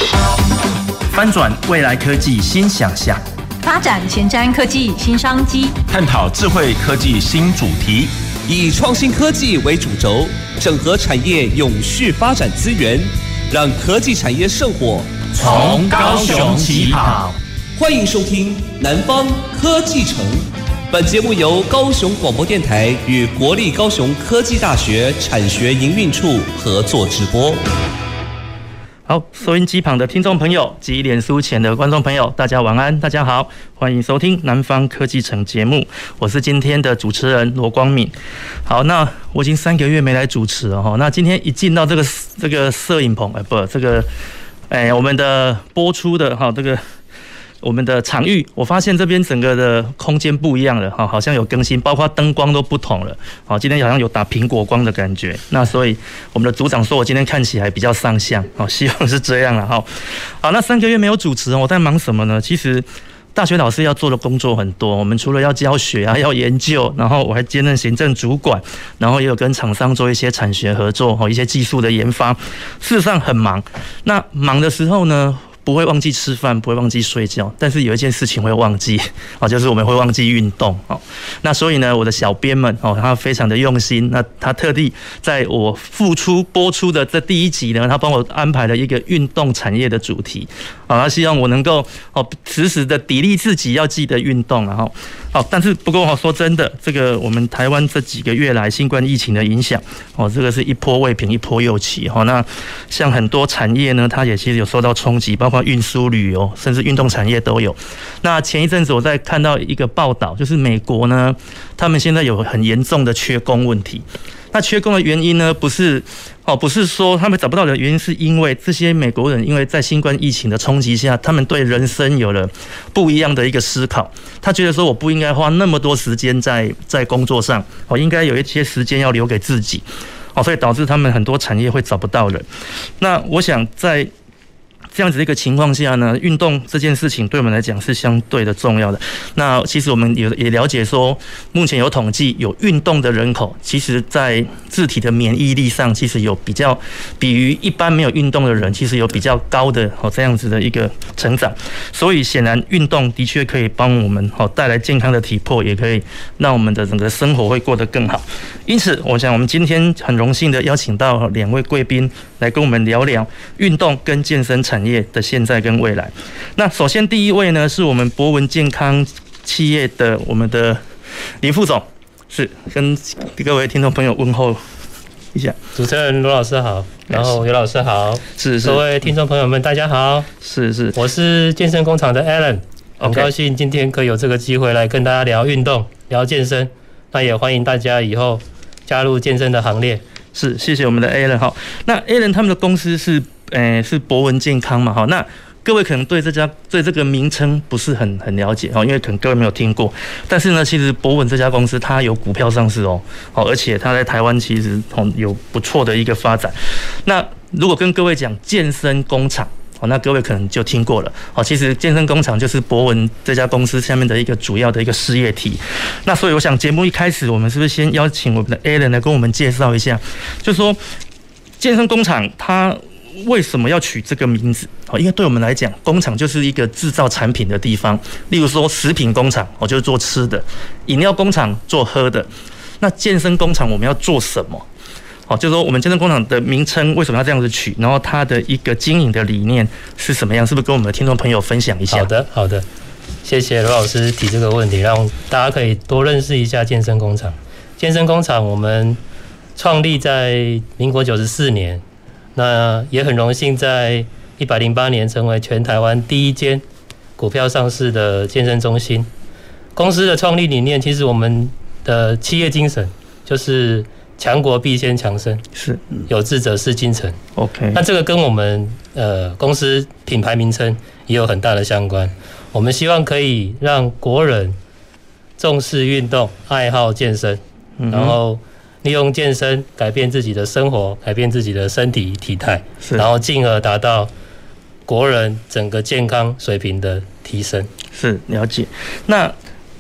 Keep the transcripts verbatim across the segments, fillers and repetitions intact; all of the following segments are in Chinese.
翻转未来科技新想象， 发展前瞻科技新商机， 探讨智慧科技新主题， 以创新科技为主轴，整合产业永续发展资源，让科技产业圣火从高雄起跑。 欢迎收听南方科技城。本节目由高雄广播电台与国立高雄科技大学产学营运处合作直播。 好，收音机旁的听众朋友及脸书前的观众朋友，大家晚安，大家好，欢迎收听南方科技城节目，我是今天的主持人罗光敏。好，那我已经三个月没来主持了哈，那今天一进到这个这个摄影棚，哎不，这个哎我们的播出的哈这个。我们的场域，我发现这边整个的空间不一样了，好像有更新，包括灯光都不同了。好，今天好像有打苹果光的感觉。那所以我们的组长说我今天看起来比较上相，好，希望是这样了哈。好，那三个月没有主持，我在忙什么呢？其实大学老师要做的工作很多，我们除了要教学啊，要研究，然后我还兼任行政主管，然后也有跟厂商做一些产学合作，一些技术的研发，事实上很忙。那忙的时候呢？不会忘记吃饭，不会忘记睡觉，但是有一件事情会忘记，就是我们会忘记运动。那所以呢，我的小编们他非常的用心，那他特地在我复出播出的这第一集呢，他帮我安排了一个运动产业的主题，他希望我能够时时的砥砺自己，要记得运动。然后，但是不过说真的，这个我们台湾这几个月来新冠疫情的影响，这个是一波未平一波又起。那像很多产业呢，它也其实有受到冲击，包括包括运输、旅游，甚至运动产业都有。那前一阵子我在看到一个报道，就是美国呢，他们现在有很严重的缺工问题。那缺工的原因呢，不是哦，不是说他们找不到的原因，是因为这些美国人因为在新冠疫情的冲击下，他们对人生有了不一样的一个思考。他觉得说，我不应该花那么多时间在在工作上，我应该有一些时间要留给自己。哦，所以导致他们很多产业会找不到人。那我想在这样子的一个情况下呢，运动这件事情对我们来讲是相对的重要的。那其实我们也也了解说，目前有统计，有运动的人口，其实在自体的免疫力上，其实有比较比于一般没有运动的人，其实有比较高的这样子的一个成长。所以显然运动的确可以帮我们带来健康的体魄，也可以让我们的整个生活会过得更好。因此，我想我们今天很荣幸的邀请到两位贵宾来跟我们聊聊运动跟健身产业的现在跟未来。那首先第一位呢，是我们博文健康企业的我们的林副总，是跟各位听众朋友问候一下。 主持人罗老师好，然后尤老师好， 是是， 各位听众朋友们大家好， 是是， 我是健身工厂的 Alan， 很高兴今天可以有这个机会来跟大家聊运动、聊健身，那也欢迎大家以后加入健身的行列。 是，谢谢我们的 Alan 哈。那 Alan 他们的公司是，呃，是博文健康嘛哈。那各位可能对这家对这个名称不是很很了解哈，因为可能各位没有听过。但是呢，其实博文这家公司它有股票上市哦，好，而且它在台湾其实有不错的一个发展。那如果跟各位讲健身工厂，那各位可能就听过了。其实健身工厂就是博文这家公司下面的一个主要的一个事业体。那所以我想节目一开始，我们是不是先邀请我们的 Alan 来跟我们介绍一下，就是说健身工厂它为什么要取这个名字？因为对我们来讲，工厂就是一个制造产品的地方。例如说食品工厂，我就是做吃的；饮料工厂做喝的。那健身工厂我们要做什么？好，就是说我们健身工厂的名称为什么要这样子取，然后它的一个经营的理念是什么样？是不是跟我们的听众朋友分享一下？ 好的，好的，谢谢罗老师提这个问题，让大家可以多认识一下健身工厂。健身工厂我们创立在民国九十四年，那也很荣幸在一百零八年成为全台湾第一间股票上市的健身中心。公司的创立理念，其实我们的企业精神就是强国必先强身， 是有志者事竟成。 OK， 那这个跟我们呃公司品牌名称也有很大的相关。我们希望可以让国人重视运动，爱好健身，嗯、然后利用健身改变自己的生活，改变自己的身体体态，然后进而达到国人整个健康水平的提升。 是了解。那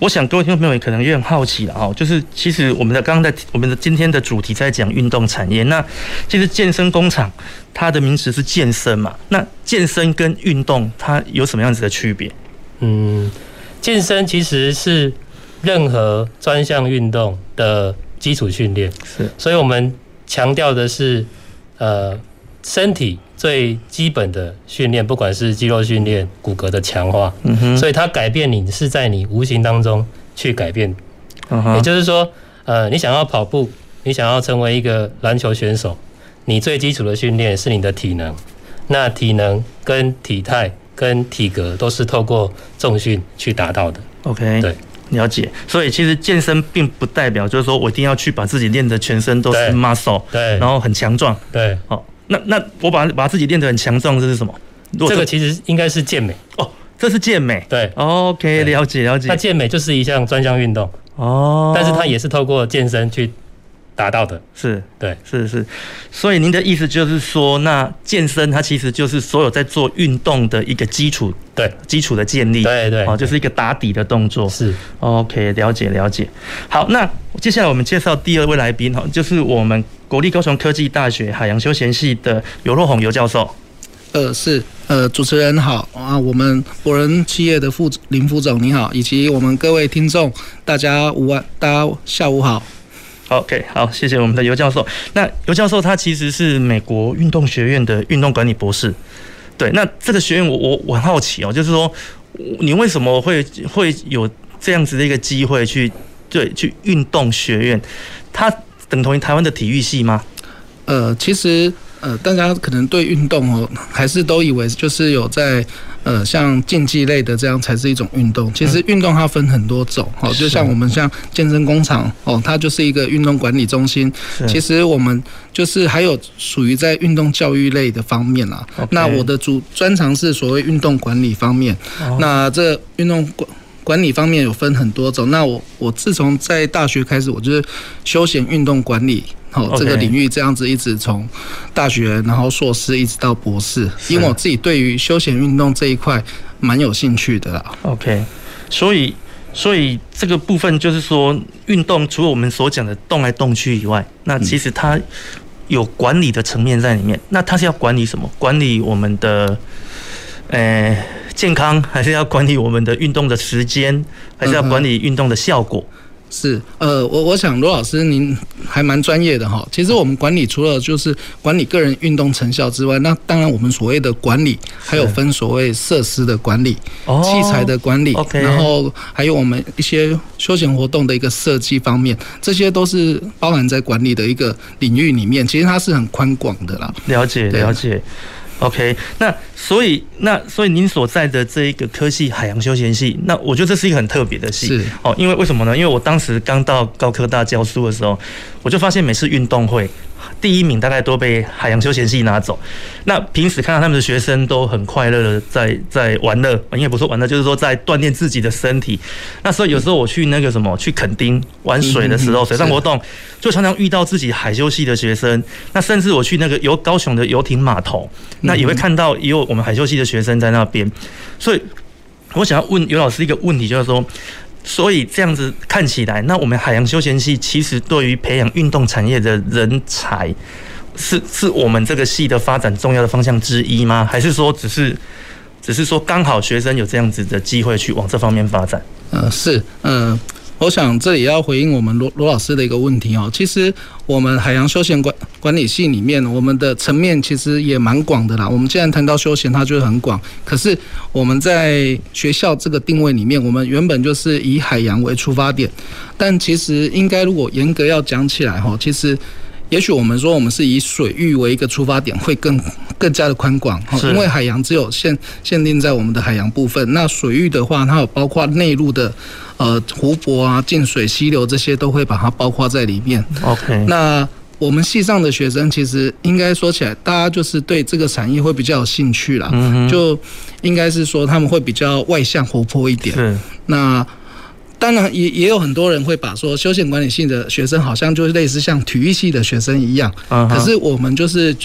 我想各位听众朋友可能也很好奇了哦，就是其实我们的刚刚在我们的今天的主题在讲运动产业，那其实健身工厂它的名词是健身嘛，那健身跟运动它有什么样子的区别？ 嗯，健身其实是任何专项运动的基础训练， 是， 所以我们强调的是呃身体最基本的训练，不管是肌肉训练、骨骼的强化，嗯哼，所以它改变你是在你无形当中去改变，嗯、也就是说，呃，你想要跑步，你想要成为一个篮球选手，你最基础的训练是你的体能，那体能跟体态跟体格都是透过重训去达到的。 OK， 对。 了解，所以其实健身并不代表就是说我一定要去把自己练得全身都是 muscle， 对，然后很强壮， 对， 哦，那那我把把自己练得很强壮，这是什么？ 这个其实应该是健美哦，这是健美， 对 ，OK， 了解了解。 那健美就是一项专项运动哦，但是它也是透过健身去达到的， 是， 对， 是是。所以您的意思就是说，那健身它其实就是所有在做运动的一个基础， 对， 基础的建立， 对对， 哦，就是一个打底的动作。 是 ，OK， 了解了解。好，那接下来我们介绍第二位来宾哈，就是我们国立高雄科技大学海洋休闲系的游若宏游教授。 呃，是，呃，主持人好啊，我们博人企业的副林副总你好，以及我们各位听众，大家午安，大家下午好。 OK， 好，谢谢我们的游教授。那游教授他其实是美国运动学院的运动管理博士。对，那这个学院我我我很好奇哦，就是说你为什么会会有这样子的一个机会去对去运动学院？它等同于台湾的体育系吗？ 呃，其实呃，大家可能对运动哦，还是都以为就是有在呃像竞技类的这样才是一种运动。其实运动它分很多种哦，就像我们像健身工厂哦，它就是一个运动管理中心。其实我们就是还有属于在运动教育类的方面啦。Okay. 那我的主专长是所谓运动管理方面。Oh. 那这运动管管理方面有分很多种。那我我自从在大学开始，我就是休闲运动管理。好，这个领域这样子一直从大学，然后硕士一直到博士，因为我自己对于休闲运动这一块蛮有兴趣的啦。 OK， 所以所以这个部分就是说，运动除了我们所讲的动来动去以外，那其实它有管理的层面在里面。那它是要管理什么？管理我们的呃健康，还是要管理我们的运动的时间，还是要管理运动的效果？ 是，呃，我我想罗老师您还蛮专业的哈。其实我们管理除了就是管理个人运动成效之外，那当然我们所谓的管理还有分所谓设施的管理、器材的管理，然后还有我们一些休闲活动的一个设计方面，这些都是包含在管理的一个领域里面。其实它是很宽广的啦。 了解，了解。OK， 那所以那所以您所在的这一个科系海洋休闲系，那我觉得这是一个很特别的系，是哦，因为为什么呢？因为我当时刚到高科大教书的时候，我就发现每次运动会第一名大概都被海洋休闲系拿走。那平时看到他们的学生都很快乐的在在玩乐，应该不是玩乐，就是说在锻炼自己的身体。那所以有时候我去那个什么去垦丁玩水的时候，水上活动就常常遇到自己海休系的学生。那甚至我去那个游高雄的游艇码头，那也会看到也有我们海休系的学生在那边。所以我想要问游老师一个问题，就是说。所以这样子看起来，那我们海洋休闲系其实对于培养运动产业的人才，是是我们这个系的发展重要的方向之一吗？还是说只是只是说刚好学生有这样子的机会去往这方面发展？ 呃，是，嗯、呃。我想这里要回应我们罗罗老师的一个问题哦。其实我们海洋休闲管管理系里面，我们的层面其实也蛮广的啦。我们既然谈到休闲，它就是很广。可是我们在学校这个定位里面，我们原本就是以海洋为出发点，但其实应该如果严格要讲起来哈，其实。也许我们说我们是以水域为一个出发点，会更更加的宽广，因为海洋只有限限定在我们的海洋部分。那水域的话，它有包括内陆的呃湖泊啊、进水溪流这些，都会把它包括在里面。 OK， 那我们系上的学生其实应该说起来，大家就是对这个产业会比较有兴趣啦，嗯、就应该是说他们会比较外向活泼一点。是那。当然也也有很多人会把说休闲管理系的学生好像就是类似像体育系的学生一样， uh-huh. 可是我们就是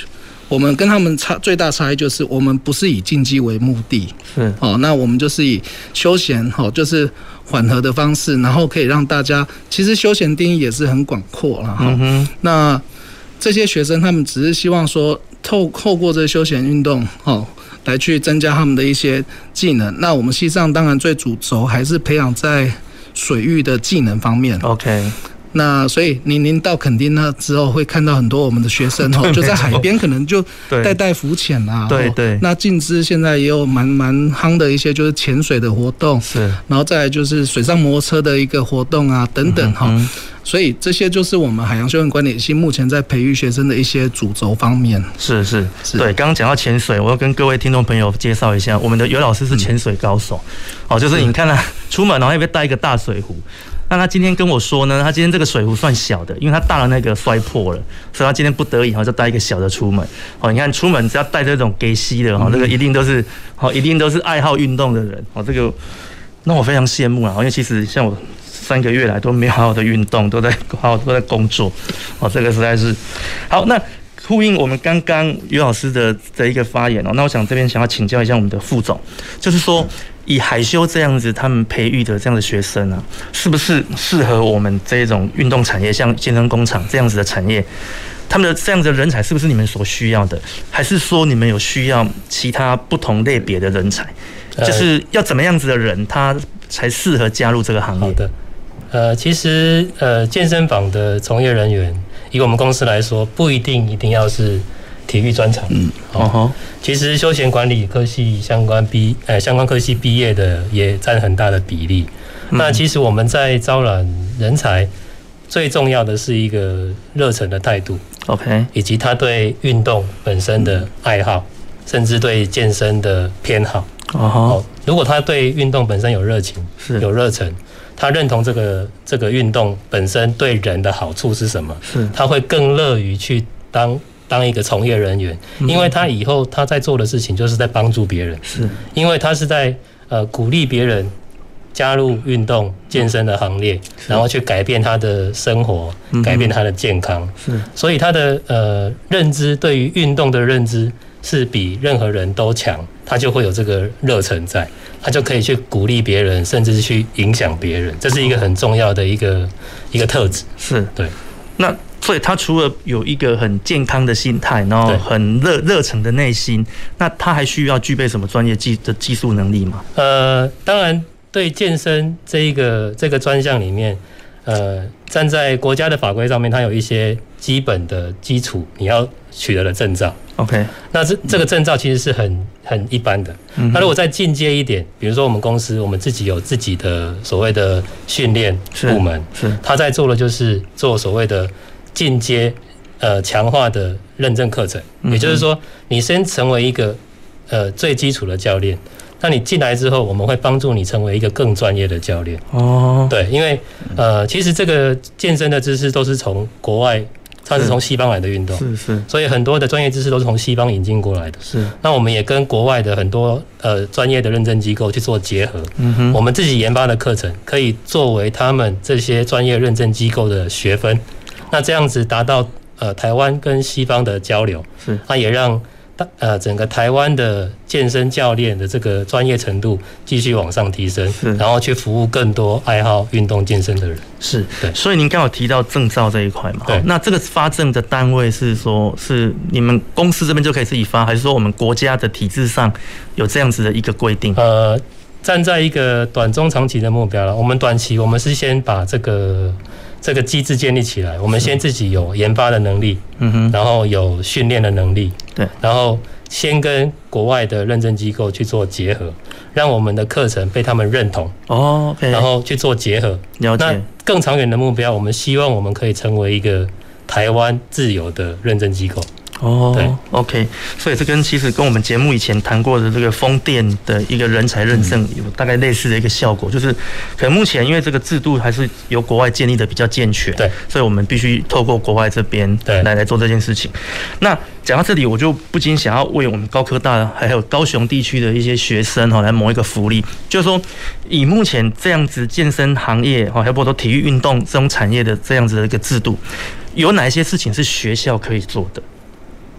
我们跟他们差最大差异就是，我们不是以竞技为目的， 是哦，那我们就是以休闲，哦，就是缓和的方式，然后可以让大家，其实休闲定义也是很广阔了哈。嗯哼，那这些学生他们只是希望说，透透过这休闲运动，哦，来去增加他们的一些技能。那我们系上当然最主轴还是培养在水域的技能方面。 OK。 那所以您您到垦丁那之后会看到很多我们的学生哦，就在海边可能就带带浮潜啦， 对对。 那近支现在也有蛮蛮夯的一些就是潜水的活动， 是， 然后再来就是水上摩托车的一个活动啊等等哈、嗯。所以这些就是我们海洋休闲管理系目前在培育学生的一些主轴方面。 是是是，对。刚刚讲到潜水，我要跟各位听众朋友介绍一下，我们的尤老师是潜水高手，嗯、哦，就是你看他出门然后会带一个大水壶。那他今天跟我说呢，他今天这个水壶算小的，因为他大的那个摔破了，所以他今天不得已哈就带一个小的出门。哦，你看出门只要带这种给吸的哈，这个一定都是好，一定都是爱好运动的人。哦，这个那我非常羡慕啊，因为其实像我三个月来都没有好好的运动，都在好好都在工作。哦，这个实在是好。那呼应我们刚刚于老师的的一个发言哦，那我想这边想要请教一下我们的副总，就是说。以海修这样子，他们培育的这样的学生啊，是不是适合我们这种运动产业，像健身工厂这样子的产业？他们的这样子的人才是不是你们所需要的？还是说你们有需要其他不同类别的人才？就是要怎么样子的人，他才适合加入这个行业？ 好的，呃，其实呃，健身房的从业人员，以我们公司来说，不一定一定要是体育专长。嗯，哦，其实休闲管理科系相关毕呃相关科系毕业的也占很大的比例。嗯、那其实我们在招揽人才，最重要的是一个热忱的态度 ，OK， 以及他对运动本身的爱好，甚至对健身的偏好。哦，如果他对运动本身有热情，有热忱，他认同这个这个运动本身对人的好处是什么，是他会更乐于去当。当一个从业人员，因为他以后他在做的事情就是在帮助别人，是因为他是在呃鼓励别人加入运动健身的行列，然后去改变他的生活，改变他的健康，是，所以他的呃认知对于运动的认知是比任何人都强，他就会有这个热忱在，他就可以去鼓励别人，甚至去影响别人，这是一个很重要的一个一个特质， 是对。 那所以他除了有一个很健康的心态，然后很热热忱的内心，那他还需要具备什么专业技的技术能力吗？ 呃，当然，对健身这一个这个专项里面，呃，站在国家的法规上面，它有一些基本的基础，你要取得的证照。 OK， 那这这个证照其实是很很一般的。嗯、那如果再进阶一点，比如说我们公司，我们自己有自己的所谓的训练部门，是他在做的就是做所谓的进阶呃强化的认证课程，嗯、也就是说，你先成为一个呃最基础的教练，那你进来之后，我们会帮助你成为一个更专业的教练。哦，对，因为呃，其实这个健身的知识都是从国外。它是从西方来的运动，是是，所以很多的专业知识都是从西方引进过来的。是，那我们也跟国外的很多呃专业的认证机构去做结合。嗯哼，我们自己研发的课程可以作为他们这些专业认证机构的学分。那这样子达到呃台湾跟西方的交流，是，那也让呃整个台湾的健身教练的这个专业程度继续往上提升，然后去服务更多爱好运动健身的人。 是，对。所以您刚好提到证照这一块嘛，对。那这个发证的单位是说，是你们公司这边就可以自己发，还是说我们国家的体制上有这样子的一个规定？ 呃，站在一个短中长期的目标了，我们短期我们是先把这个。这个机制建立起来，我们先自己有研发的能力，嗯哼，然后有训练的能力，对，然后先跟国外的认证机构去做结合，让我们的课程被他们认同，哦， okay， 然后去做结合。了解。那更长远的目标，我们希望我们可以成为一个台湾自有的认证机构。 哦，对 ，OK， 所以这跟其实跟我们节目以前谈过的这个风电的一个人才认证有大概类似的一个效果，就是可能目前因为这个制度还是由国外建立的比较健全，对，所以我们必须透过国外这边来来做这件事情。那讲到这里，我就不禁想要为我们高科大还有高雄地区的一些学生哈来谋一个福利，就是说以目前这样子健身行业哈，还有包括体育运动这种产业的这样子的一个制度，有哪一些事情是学校可以做的？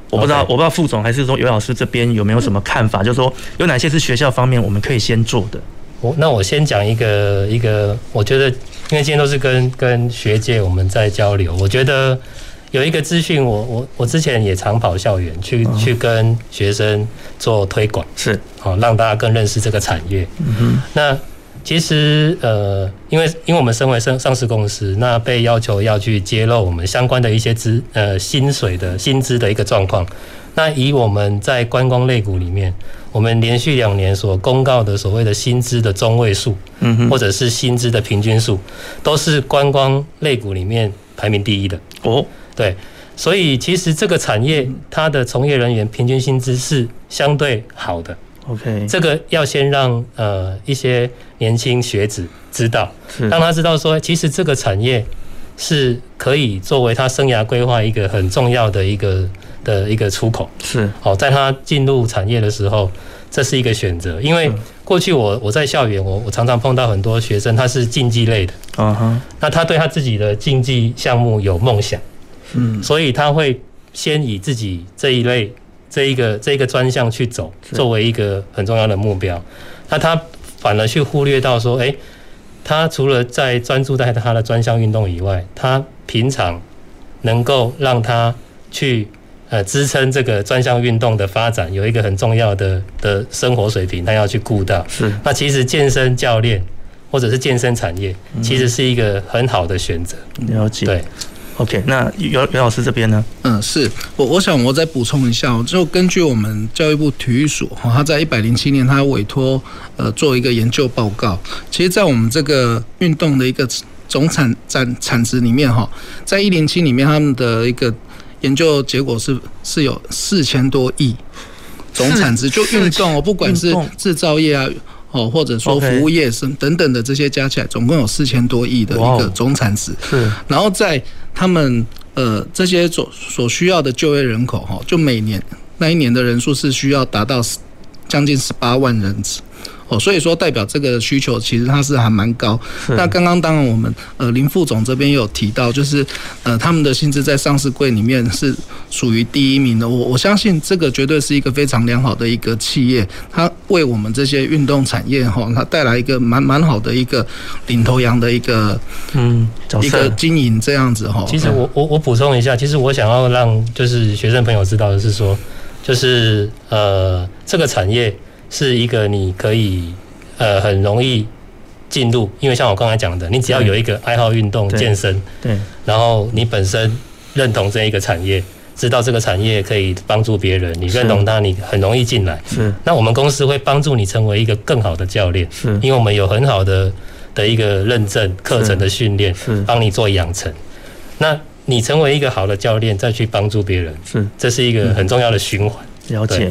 我不知道， Okay. 我不知道副总还是说尤老师这边有没有什么看法？就是说有哪些是学校方面我们可以先做的？ 我那我先讲一个一个，我觉得因为今天都是跟跟学界我们在交流，我觉得有一个资讯，我我我之前也常跑校园去、嗯、去跟学生做推广， 是好、哦、让大家更认识这个产业。 嗯哼， 那其实呃，因为因为我们身为上上市公司，那被要求要去揭露我们相关的一些资呃薪水的薪资的一个状况。那以我们在观光类股里面，我们连续两年所公告的所谓的薪资的中位数，嗯哼，或者是薪资的平均数，都是观光类股里面排名第一的哦。对，所以其实这个产业它的从业人员平均薪资是相对好的。 OK， 这个要先让呃一些年轻学子知道，让他知道说，其实这个产业是可以作为他生涯规划一个很重要的一个的一个出口。是，好，在他进入产业的时候，这是一个选择。因为过去我我在校园，我我常常碰到很多学生，他是竞技类的，嗯哼，那他对他自己的竞技项目有梦想，嗯，所以他会先以自己这一类。这一个这一个专项去走，作为一个很重要的目标，那他反而去忽略到说，哎，他除了在专注在他的专项运动以外，他平常能够让他去呃支撑这个专项运动的发展，有一个很重要的的生活水平，他要去顾到。是，那其实健身教练或者是健身产业，其实是一个很好的选择。 了解。对。OK， 那尤尤老师这边呢？ 嗯，是我我想我再补充一下，就根据我们教育部体育署，他在一百零七年他委托呃做一个研究报告，其实，在我们这个运动的一个总产产产值里面哈，在一零七里面他们的一个研究结果是是有四千多亿总产值，就运动哦，不管是制造业啊。哦，或者说服务业是等等的这些加起来，总共有四千多亿的一个总产值。是，然后在他们呃这些所所需要的就业人口哈，就每年那一年的人数是需要达到将近十八万人次。哦，所以说代表这个需求其实它是还蛮高。那刚刚当然我们呃林副总这边有提到，就是呃他们的薪资在上市柜里面是属于第一名的。我我相信这个绝对是一个非常良好的一个企业，它为我们这些运动产业哈，它带来一个蛮蛮好的一个领头羊的一个嗯一个经营这样子哈。 其实我我我补充一下，其实我想要让就是学生朋友知道的是说，就是呃这个产业。是一个你可以呃很容易进入，因为像我刚才讲的，你只要有一个爱好运动、健身，对，然后你本身认同这一个产业，知道这个产业可以帮助别人，你认同它，你很容易进来。是，那我们公司会帮助你成为一个更好的教练，是，因为我们有很好的的一个认证课程的训练，是，帮你做养成。那你成为一个好的教练，再去帮助别人，是，这是一个很重要的循环。 了解。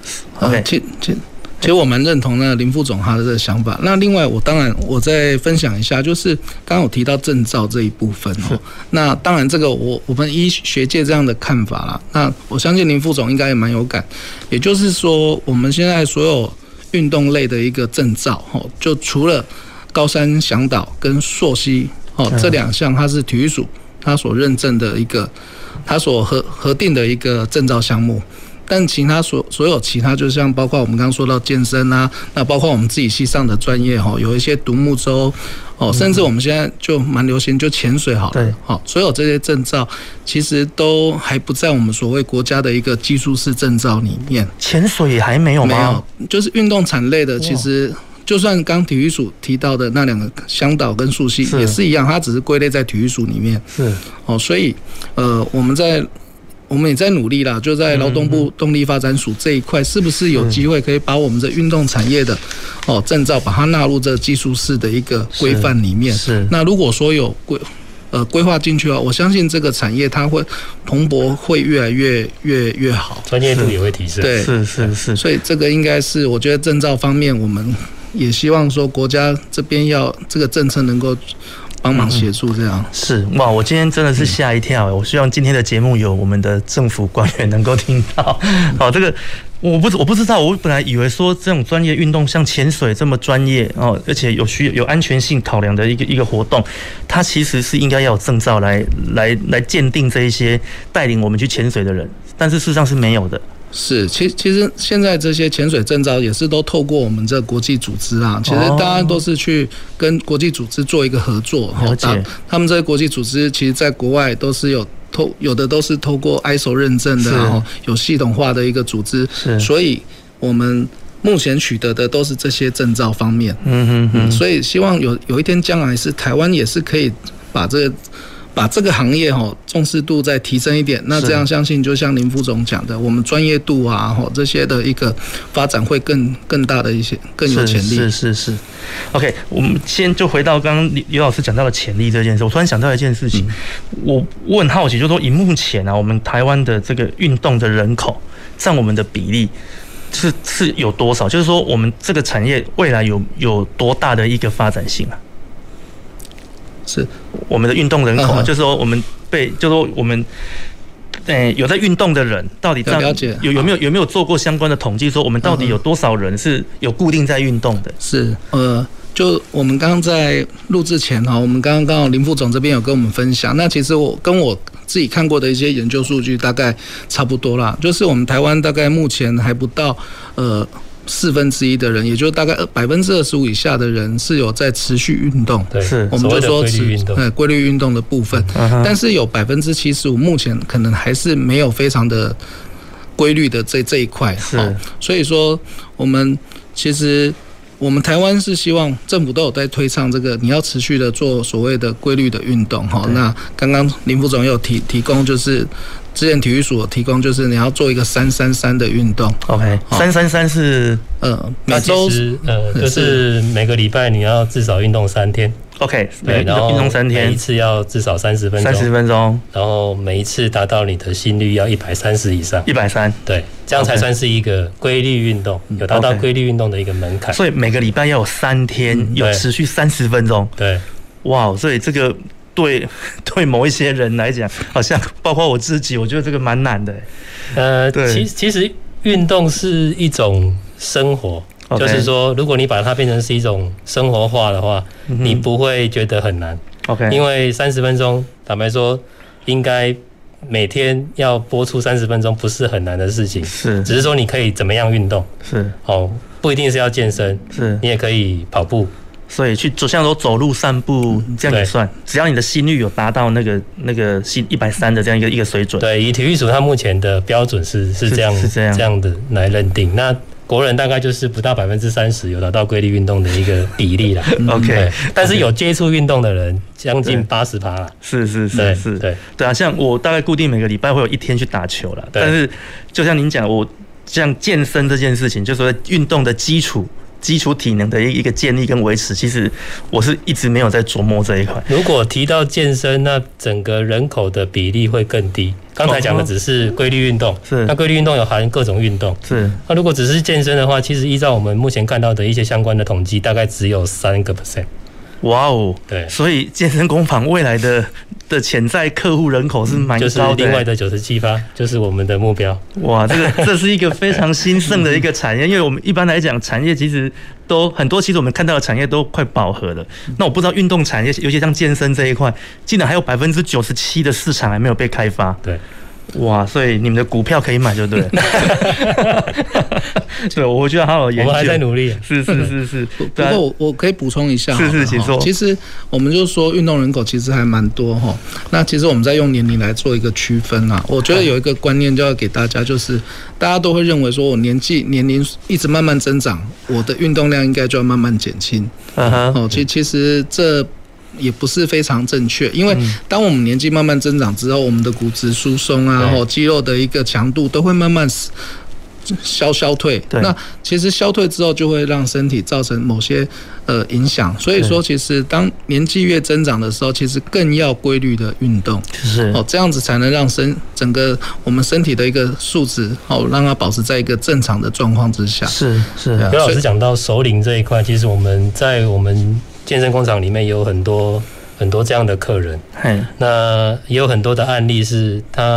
OK， 其其其实我蛮认同那林副总他的这个想法。那另外，我当然我再分享一下，就是刚刚有提到证照这一部分哦。那当然，这个我我们依学界这样的看法啦。那我相信林副总应该也蛮有感。也就是说，我们现在所有运动类的一个证照，哦，就除了高山向导跟溯溪哦这两项，它是体育署它所认证的一个，它所核核定的一个证照项目。但其他所所有其他，就像包括我们刚刚说到健身啊，那包括我们自己系上的专业哈，有一些独木舟哦，甚至我们现在就蛮流行就潜水好了，好，所有这些证照其实都还不在我们所谓国家的一个技术式证照里面。 潜水也还没有吗？ 没有，就是运动产类的，其实就算刚体育署提到的那两个向导跟溯溪也是一样，它只是归类在体育署里面。是哦，所以呃我们在。我们也在努力啦，就在劳动部动力发展署这一块，是不是有机会可以把我们这运动产业的哦证照，把它纳入这技术式的一个规范里面？是。那如果说有规呃规划进去啊，我相信这个产业它会蓬勃，会越来越越越好， 专业度也会提升。 对， 是是是。 所以这个应该是我觉得证照方面，我们也希望说国家这边要这个政策能够。帮忙协助这样、嗯、 是哇！我今天真的是吓一跳、嗯，我希望今天的节目有我们的政府官员能够听到。好，这个我不我不知道，我本来以为说这种专业运动像潜水这么专业哦，而且有需有安全性考量的一个一个活动，它其实是应该要有证照来来来鉴定这一些带领我们去潜水的人，但是事实上是没有的。 是，其其实现在这些潜水证照也是都透过我们这国际组织啊，其实大家都是去跟国际组织做一个合作， 了解。 他们这些国际组织其实在国外都是有透，有的都是透过 I S O 认证的，然后有系统化的一个组织，所以我们目前取得的都是这些证照方面。嗯哼哼。所以希望有有一天将来是台湾也是可以把这个。把这个行业哈重视度再提升一点，那这样相信就像林副总讲的，我们专业度啊哈这些的一个发展会更更大的一些更有潜力。 是是是是。OK， 我们先就回到刚刚刘老师讲到的潜力这件事，我突然想到一件事情，嗯、我我很好奇，就是说以目前啊我们台湾的这个运动的人口占我们的比例是是有多少？就是说我们这个产业未来有有多大的一个发展性啊？ 是我们的运动人口，就是说我们被，就是说我们，诶，有在运动的人，到底了解有有没有有没有做过相关的统计，说我们到底有多少人是有固定在运动的？ 是，呃，就我们刚刚在录制前哈，我们刚刚刚好林副总这边有跟我们分享，那其实我跟我自己看过的一些研究数据大概差不多啦，就是我们台湾大概目前还不到呃。四分之一的人，也就是大概百分之二十五以下的人是有在持续运动， 对，是我们就说规律运动， 对规律运动的部分。嗯、但是有百分之七十五，目前可能还是没有非常的规律的这这一块。是、哦，所以说我们其实我们台湾是希望政府都有在推倡这个，你要持续的做所谓的规律的运动哈。那刚刚林副总有提提供就是。之前体育署有提供，就是你要做一个三三三的运动。 OK， 三三三是呃每周呃就是每个礼拜你要至少运动三天。 OK， 对，然后运动三天， 每一次要至少三十分钟， 三十分钟， 然后每一次达到你的心率要一百三十以上， 一百三， 对，这样才算是一个规律运动，有达到规律运动的一个门槛。 所以每个礼拜要有三天，嗯、有持续三十分钟。 对， 哇，所以这个。对，对某一些人来讲，好像包括我自己，我觉得这个蛮难的。 呃，其其实运动是一种生活， okay. 就是说，如果你把它变成是一种生活化的话，嗯、你不会觉得很难。OK， 因为三十分钟，坦白说，应该每天要播出三十分钟，不是很难的事情。是，只是说你可以怎么样运动。是，哦，不一定是要健身，是你也可以跑步。 所以去走，像说走路、散步这样也算，只要你的心率有达到那个那个心一百三的这样一个一个水准。 对，以体育署它目前的标准是是这样是这样这样的来认定。那国人大概就是不到百分之三十有达到规律运动的一个比例啦。OK， 但是有接触运动的人将近八十趴啦。 是是是是，对对啊，像我大概固定每个礼拜会有一天去打球啦。但是就像您讲，我像健身这件事情，就是说运动的基础。基础体能的一个建立跟维持，其实我是一直没有在琢磨这一块。 如果提到健身，那整个人口的比例会更低。刚才讲的只是规律运动，是那规律运动有含各种运动，是那如果只是健身的话，其实依照我们目前看到的一些相关的统计，大概只有三个 percent。 哇哦，对，所以健身工坊未来的的潜在客户人口是蛮高的， 就是另外的九十七趴，就是我们的目标。 哇，这个这是一个非常兴盛的一个产业，因为我们一般来讲，产业其实都很多，其实我们看到的产业都快饱和了。那我不知道运动产业，尤其像健身这一块，竟然还有百分之九十七的市场还没有被开发。对。哇，所以你们的股票可以买就对了。对，我觉得好好研究。 我们还在努力。 是是是是。 不过我我可以补充一下。 是是，请说。 其实我们就说运动人口其实还蛮多哈。那其实我们在用年龄来做一个区分啊。我觉得有一个观念就要给大家，就是大家都会认为说我年纪年龄一直慢慢增长，我的运动量应该就要慢慢减轻。嗯哼。哦，其其实这。也不是非常正确，因为当我们年纪慢慢增长之后，我们的骨质疏松啊，或肌肉的一个强度都会慢慢消消退。那其实消退之后，就会让身体造成某些呃影响。所以说，其实当年纪越增长的时候，其实更要规律的运动，是哦，这样子才能让身整个我们身体的一个素质哦，让它保持在一个正常的状况之下。 是是。刘老师讲到熟龄这一块，其实我们在我们健身工厂里面有很多很多这样的客人，那也有很多的案例是他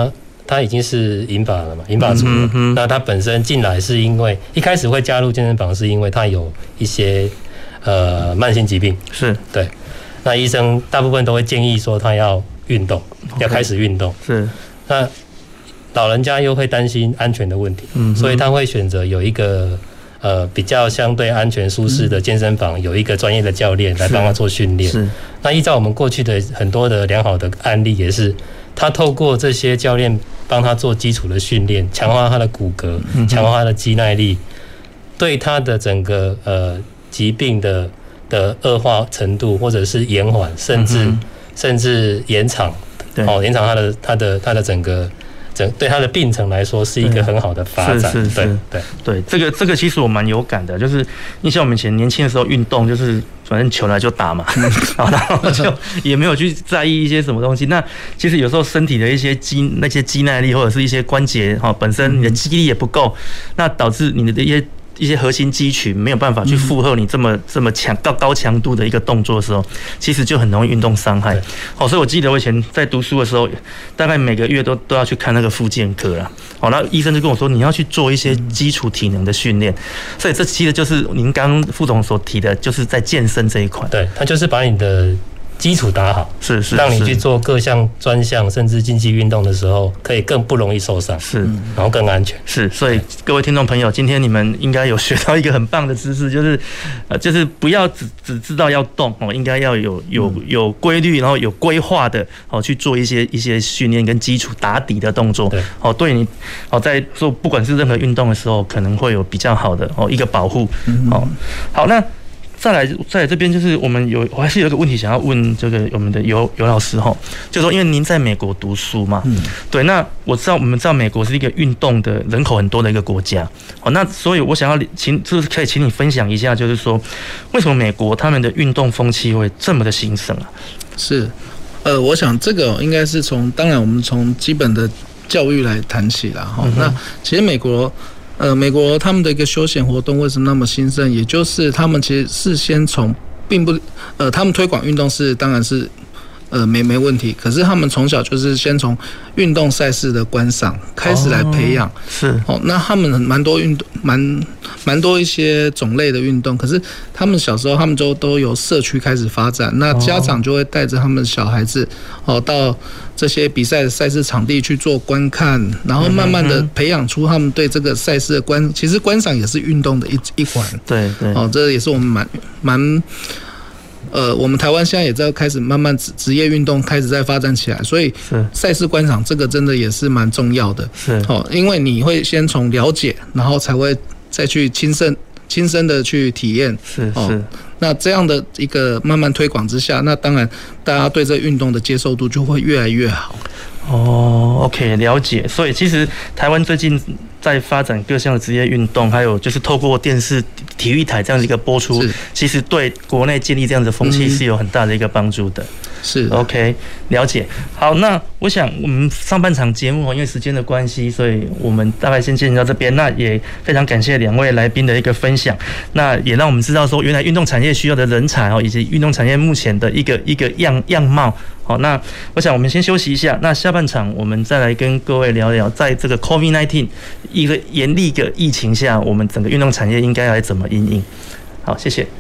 他已经是银发了嘛，银发族了。嗯嗯、那他本身进来是因为一开始会加入健身房，是因为他有一些呃慢性疾病。 是对。 那医生大部分都会建议说他要运动， okay, 要开始运动。 是。 那老人家又会担心安全的问题，嗯、所以他会选择有一个呃比较相对安全舒适的健身房，嗯、有一个专业的教练来帮他做训练。是。那依照我们过去的很多的良好的案例，也是他透过这些教练帮他做基础的训练，强化他的骨骼，强化他的肌耐力，对他的整个呃疾病的的恶化程度，或者是延缓，甚至、嗯、甚至延长，哦，延长他的他的他的整个。对他的病程来说是一个很好的发展， 是是是，对对对，这个这个其实我蛮有感的，就是你像我们以前年轻的时候运动，就是反正球来就打嘛，然后就也没有去在意一些什么东西。那其实有时候身体的一些肌那些肌耐力或者是一些关节哈，本身你的肌力也不够，那导致你的一些。一些核心肌群没有办法去负荷你这么这么强高高强度的一个动作的时候，其实就很容易运动伤害。好，所以我记得我以前在读书的时候，大概每个月都都要去看那个复健科啦。好，那医生就跟我说，你要去做一些基础体能的训练。所以这其实就是您刚刚副总所提的，就是在健身这一块。 对，他就是把你的基础打好， 是是， 让你去做各项专项甚至竞技运动的时候，可以更不容易受伤， 是， 然后更安全。 是，所以各位听众朋友，今天你们应该有学到一个很棒的知识，就是呃，就是不要只只知道要动哦，应该要有有有规律，然后有规划的哦去做一些一些训练跟基础打底的动作。对，哦，对你哦在做不管是任何运动的时候，可能会有比较好的哦一个保护。哦，好，那。再来，再来这边就是我们有，我还是有一个问题想要问这个我们的尤尤老师哈，就是说因为您在美国读书嘛，嗯，对，那我知道我们知道美国是一个运动的人口很多的一个国家，哦，那所以我想要请，就是可以请你分享一下，就是说为什么美国他们的运动风气会这么的兴盛啊？ 是，呃，我想这个应该是从，当然我们从基本的教育来谈起啦哈，嗯、那其实美国。呃，美国他们的一个休闲活动为什么那么兴盛？也就是他们其实是先从，并不，呃，他们推广运动是当然是，呃，没没问题。可是他们从小就是先从运动赛事的观赏开始来培养，哦是哦，那他们蛮多运动，蛮蛮多一些种类的运动。可是他们小时候他们都都由社区开始发展，那家长就会带着他们小孩子哦到。这些比赛的赛事场地去做观看，然后慢慢的培养出他们对这个赛事的观，其实观赏也是运动的一一环。 对对， 哦，这也是我们蛮蛮，呃，我们台湾现在也在开始慢慢职职业运动开始在发展起来，所以赛事观赏这个真的也是蛮重要的。 是哦，因为你会先从了解，然后才会再去亲身亲身的去体验。 是是。 那这样的一个慢慢推广之下，那当然大家对这运动的接受度就会越来越好。 哦 ，OK， 了解。所以其实台湾最近在发展各项的职业运动，还有就是透过电视、体育台这样的一个播出，其实对国内建立这样的风气是有很大的一个帮助的。 是 OK， 了解。好，那我想我们上半场节目因为时间的关系，所以我们大概先进行到这边。那也非常感谢两位来宾的一个分享，那也让我们知道说，原来运动产业需要的人才哦，以及运动产业目前的一个一个样样貌。好，那我想我们先休息一下，那下半场我们再来跟各位聊聊，在这个 COVID 十九 一个严厉的疫情下，我们整个运动产业应该来怎么因应。好，谢谢。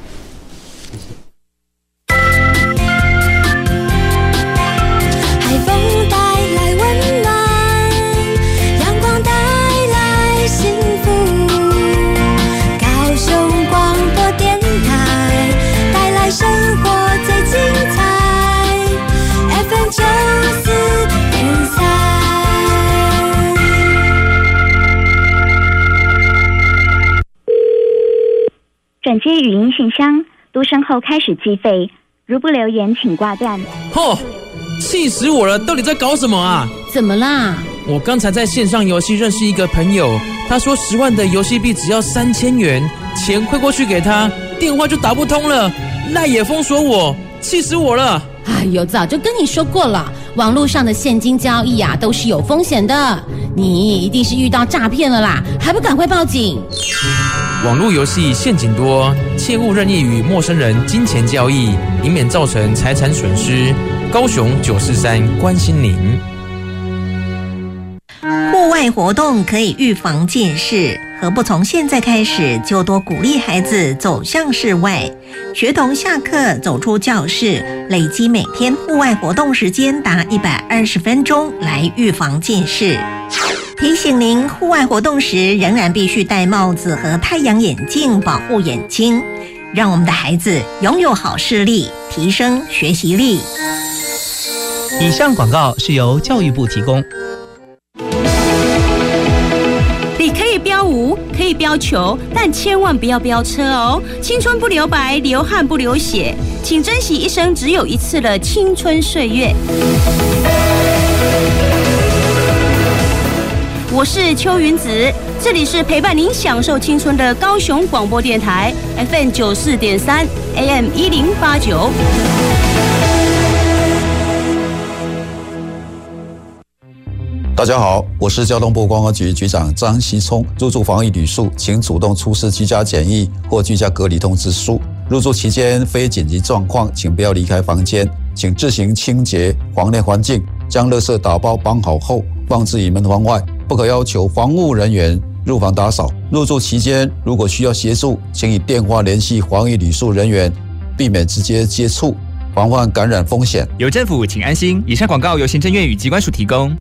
转接语音信箱，嘟声后开始计费，如不留言请挂断。 吼、哦，气死我了！到底在搞什么啊？ 怎么啦？ 我刚才在线上游戏认识一个朋友，他说十万的游戏币只要三千元，钱汇过去给他，电话就打不通了，赖也封锁我，气死我了！ 哎呦，早就跟你说过了，网络上的现金交易啊都是有风险的，你一定是遇到诈骗了啦，还不赶快报警！ 网络游戏陷阱多，切勿任意与陌生人金钱交易，以免造成财产损失。高雄九四三关心您。 外活动可以预防近视，何不从现在开始就多鼓励孩子走向室外，学童下课走出教室，累积每天户外活动时间达一百二十分钟，来预防近视。提醒您，户外活动时仍然必须戴帽子和太阳眼镜保护眼睛，让我们的孩子拥有好视力，提升学习力。 以上广告是由教育部提供。 你可以飙舞，可以飙球，但千万不要飙车哦！青春不留白，流汗不流血，请珍惜一生只有一次的青春岁月。我是邱云子，这里是陪伴您享受青春的高雄广播电台 F M 九四点三 A M 一零八九。 大家好，我是交通部观光局局长张锡聪。入住防疫旅宿，请主动出示居家检疫或居家隔离通知书。入住期间非紧急状况，请不要离开房间，请自行清洁房内环境，将垃圾打包绑好后放置于门房外，不可要求防务人员入房打扫。入住期间如果需要协助，请以电话联系防疫旅宿人员，避免直接接触，防范感染风险。 有政府，请安心。以上广告由行政院与疾管署提供。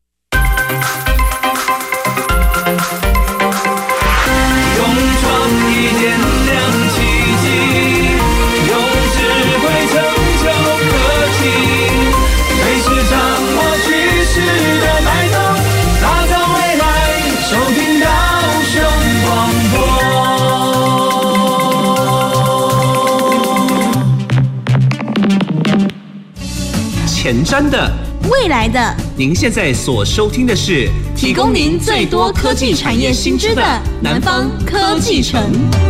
前瞻的， 未来的， 您现在所收听的是提供您最多科技产业新知的南方科技城。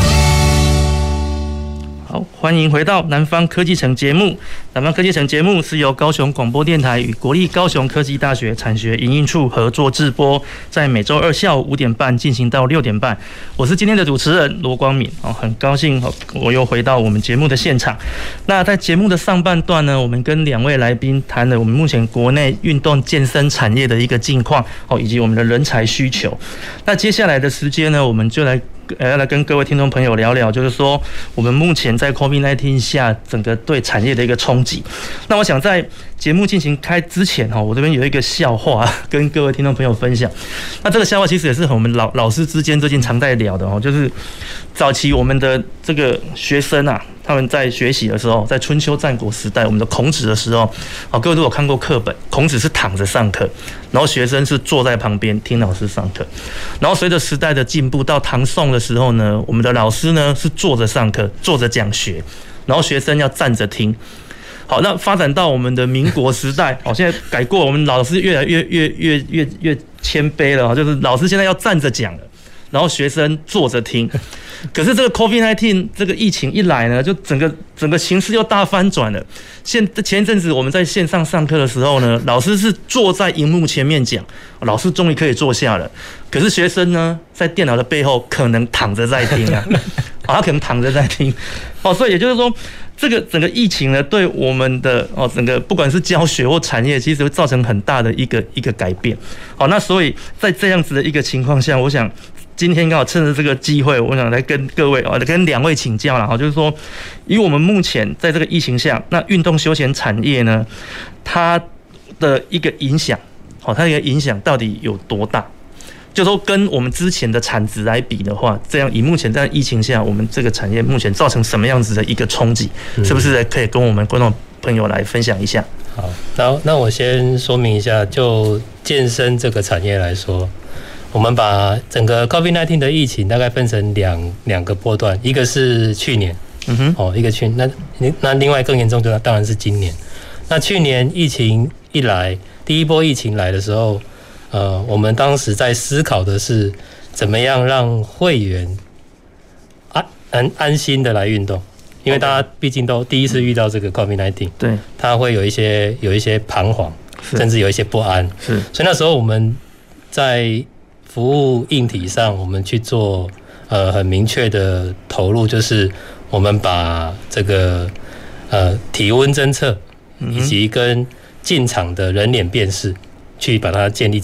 好，欢迎回到南方科技城节目。南方科技城节目是由高雄广播电台与国立高雄科技大学产学营运处合作制播，在每周二下午五点半进行到六点半。我是今天的主持人罗光敏，哦，很高兴我又回到我们节目的现场。那在节目的上半段呢，我们跟两位来宾谈了我们目前国内运动健身产业的一个近况，哦，以及我们的人才需求。那接下来的时间呢，我们就来。呃，要来跟各位听众朋友聊聊，就是说我们目前在 COVID 十九 下整个对产业的一个冲击。那我想在节目进行开之前哈，我这边有一个笑话跟各位听众朋友分享。那这个笑话其实也是和我们老老师之间最近常在聊的哦，就是早期我们的这个学生啊，他们在学习的时候，在春秋战国时代，我们的孔子的时候，啊，各位如果看过课本，孔子是躺着上课，然后学生是坐在旁边听老师上课。然后随着时代的进步，到唐宋的时候呢，我们的老师呢是坐着上课，坐着讲学，然后学生要站着听。好，那发展到我们的民国时代，好，现在改过，我们老师越来越越越越越谦卑了，就是老师现在要站着讲了。然后学生坐着听，可是这个 COVID 十九 这个疫情一来呢，就整个整个形势又大翻转了。现前一阵子我们在线上上课的时候呢，老师是坐在荧幕前面讲，老师终于可以坐下了。可是学生呢，在电脑的背后可能躺着在听啊，啊，他可能躺着在听，哦，所以也就是说，这个整个疫情呢，对我们的哦整个不管是教学或产业，其实会造成很大的一个一个改变。好，那所以在这样子的一个情况下，我想。今天刚好趁着这个机会，我想来跟各位啊，跟两位请教了哈，就是说，以我们目前在这个疫情下，那运动休闲产业呢，它的一个影响，好，它的一个影响到底有多大？就说跟我们之前的产值来比的话，这样以目前在疫情下，我们这个产业目前造成什么样子的一个冲击？是不是可以跟我们观众朋友来分享一下？ 好，那那我先说明一下，就健身这个产业来说。我们把整个 COVID 十九 的疫情大概分成两两个波段，一个是去年，嗯哼，哦，一个去那那另外更严重就当然是今年。那去年疫情一来，第一波疫情来的时候，呃，我们当时在思考的是怎么样让会员安安安心的来运动，因为大家毕竟都第一次遇到这个 COVID 十九，对，他会有一些有一些彷徨，甚至有一些不安，是，所以那时候我们在服务硬体上，我们去做呃很明确的投入，就是我们把这个呃体温侦测以及跟进场的人脸辨识去把它建立起来。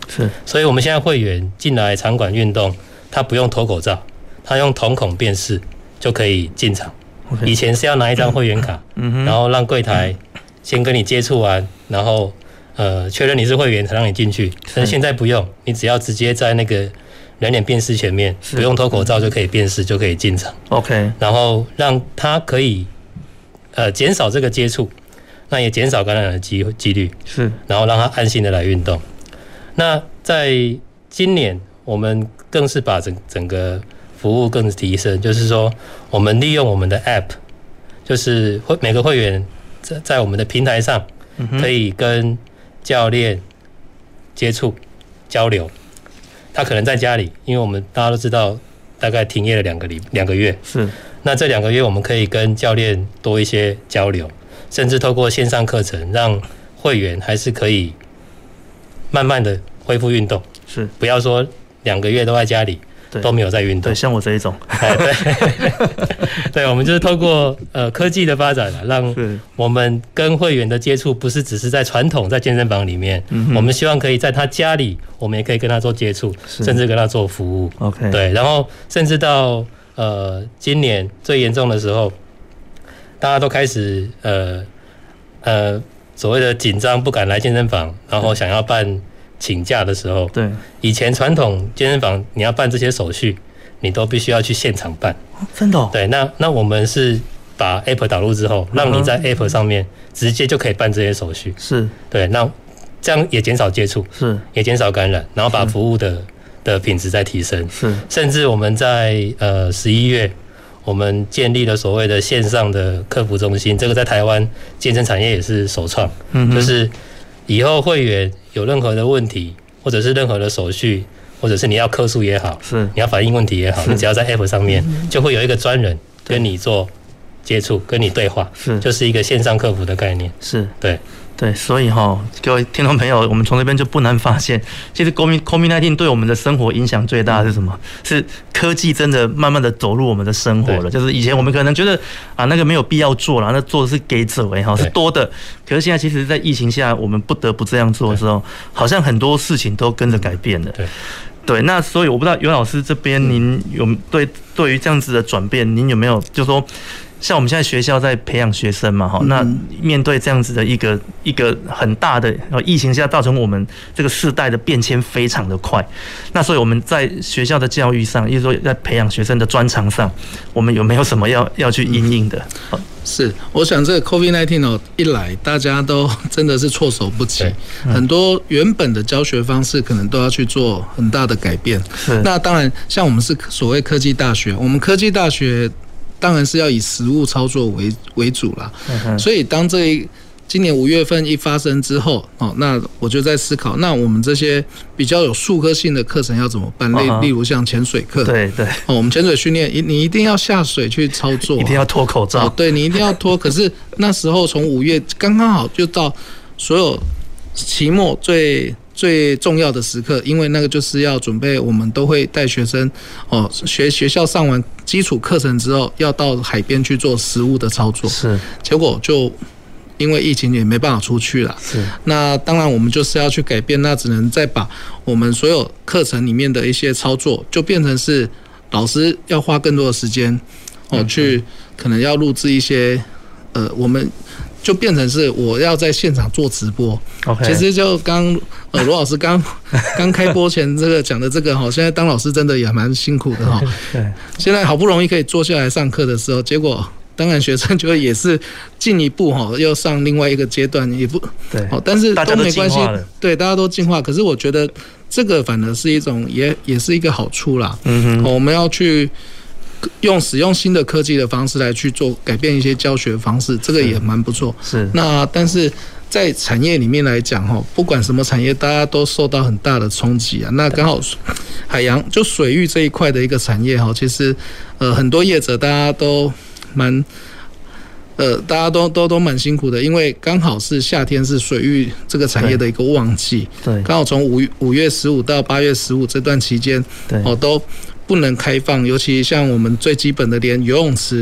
是， 所以我们现在会员进来场馆运动，他不用脱口罩，他用瞳孔辨识就可以进场。Okay. 以前是要拿一张会员卡，嗯、然后让柜台先跟你接触完，然后呃确认你是会员才让你进去。但是现在不用，你只要直接在那个人脸辨识前面，不用脱口罩就可以辨识，就可以进场。 OK， 然后让他可以呃减少这个接触，那也减少感染的机几率， 是， 然后让他安心的来运动。那在今年，我们更是把整整个服务更提升，就是说，我们利用我们的 App， 就是会每个会员在在我们的平台上，可以跟教练接触交流。他可能在家里，因为我们大家都知道，大概停业了两个礼两个月， 是。 那这两个月，我们可以跟教练多一些交流，甚至透过线上课程，让会员还是可以慢慢的恢复运动。 是，不要说两个月都在家里。都没有在运动， 对，像我这一种， 哎、对，对，我们就是透过呃科技的发展啊，让我们跟会员的接触不是只是在传统在健身房里面，嗯、我们希望可以在他家里，我们也可以跟他做接触，甚至跟他做服务。 OK， 对，然后甚至到呃今年最严重的时候，大家都开始呃呃所谓的紧张，不敢来健身房，然后想要办请假的时候， 对， 以前传统健身房你要办这些手续，你都必须要去现场办。 真的、哦？ 对，那那我们是把 App 导入之后，让你在 App 上面直接就可以办这些手续。 是， 对，那这样也减少接触， 是， 也减少感染，然后把服务的的品质再提升。 是，甚至我们在呃十一月，我们建立了所谓的线上的客服中心，这个在台湾健身产业也是首创，嗯，就是以后会员有任何的问题，或者是任何的手续，或者是你要客诉也好， 是你要反映问题也好，你只要在 App 上面，就会有一个专人跟你做接触，跟你对话， 是就是一个线上客服的概念。 是， 对对，所以哈，各位听众朋友，我们从这边就不难发现，其实 COVID 十九 对我们的生活影响最大的是什么？是科技真的慢慢的走入我们的生活了。就是以前我们可能觉得啊，那个没有必要做了，那做的是给者哎哈，是多的。可是现在其实，在疫情下，我们不得不这样做的时候，好像很多事情都跟着改变了。 对。 对，那所以我不知道尤老师这边您有对对于这样子的转变，您有没有就说？像我们现在学校在培养学生嘛，哈，那面对这样子的一个一个很大的疫情下，造成我们这个世代的变迁非常的快。那所以我们在学校的教育上，也就是说在培养学生的专长上，我们有没有什么要要去因应的？ 是，我想这个 COVID 十九 哦一来，大家都真的是措手不及，嗯、很多原本的教学方式可能都要去做很大的改变。 是， 那当然，像我们是所谓科技大学，我们科技大学。当然是要以实务操作为为主啦，嗯、所以当这一今年五月份一发生之后，哦，那我就在思考，那我们这些比较有术科性的课程要怎么办？例、uh huh. 例如像潜水课， 对对， 哦，我们潜水训练，你一定要下水去操作， 一定要脱口罩， 哦、对你一定要脱。可是那时候从五月刚刚好就到所有期末最。最重要的时刻，因为那个就是要准备，我们都会带学生哦，学学校上完基础课程之后，要到海边去做实务的操作。 是， 结果就因为疫情也没办法出去了。 是， 那当然我们就是要去改变，那只能再把我们所有课程里面的一些操作，就变成是老师要花更多的时间哦，去可能要录制一些呃我们。就变成是我要在现场做直播。 Okay. 其实就刚呃罗老师刚刚开播前这个讲的这个哈，现在当老师真的也蛮辛苦的哈。 对， 现在好不容易可以坐下来上课的时候，结果当然学生就会也是进一步哈，又上另外一个阶段，也不对， 但是都没关系，对，大家都进化。可是我觉得这个反而是一种也也是一个好处啦。 嗯哼， 我们要去。用使用新的科技的方式来去做改变一些教学方式，这个也蛮不错。 是， 那但是在产业里面来讲，哈，不管什么产业，大家都受到很大的冲击啊。那刚好海洋就水域这一块的一个产业，哈，其实呃很多业者大家都蛮呃大家都都都蛮辛苦的，因为刚好是夏天是水域这个产业的一个旺季。 对， 刚好从五五月十五到八月十五这段期间， 对， 哦都。不能开放，尤其像我们最基本的连游泳池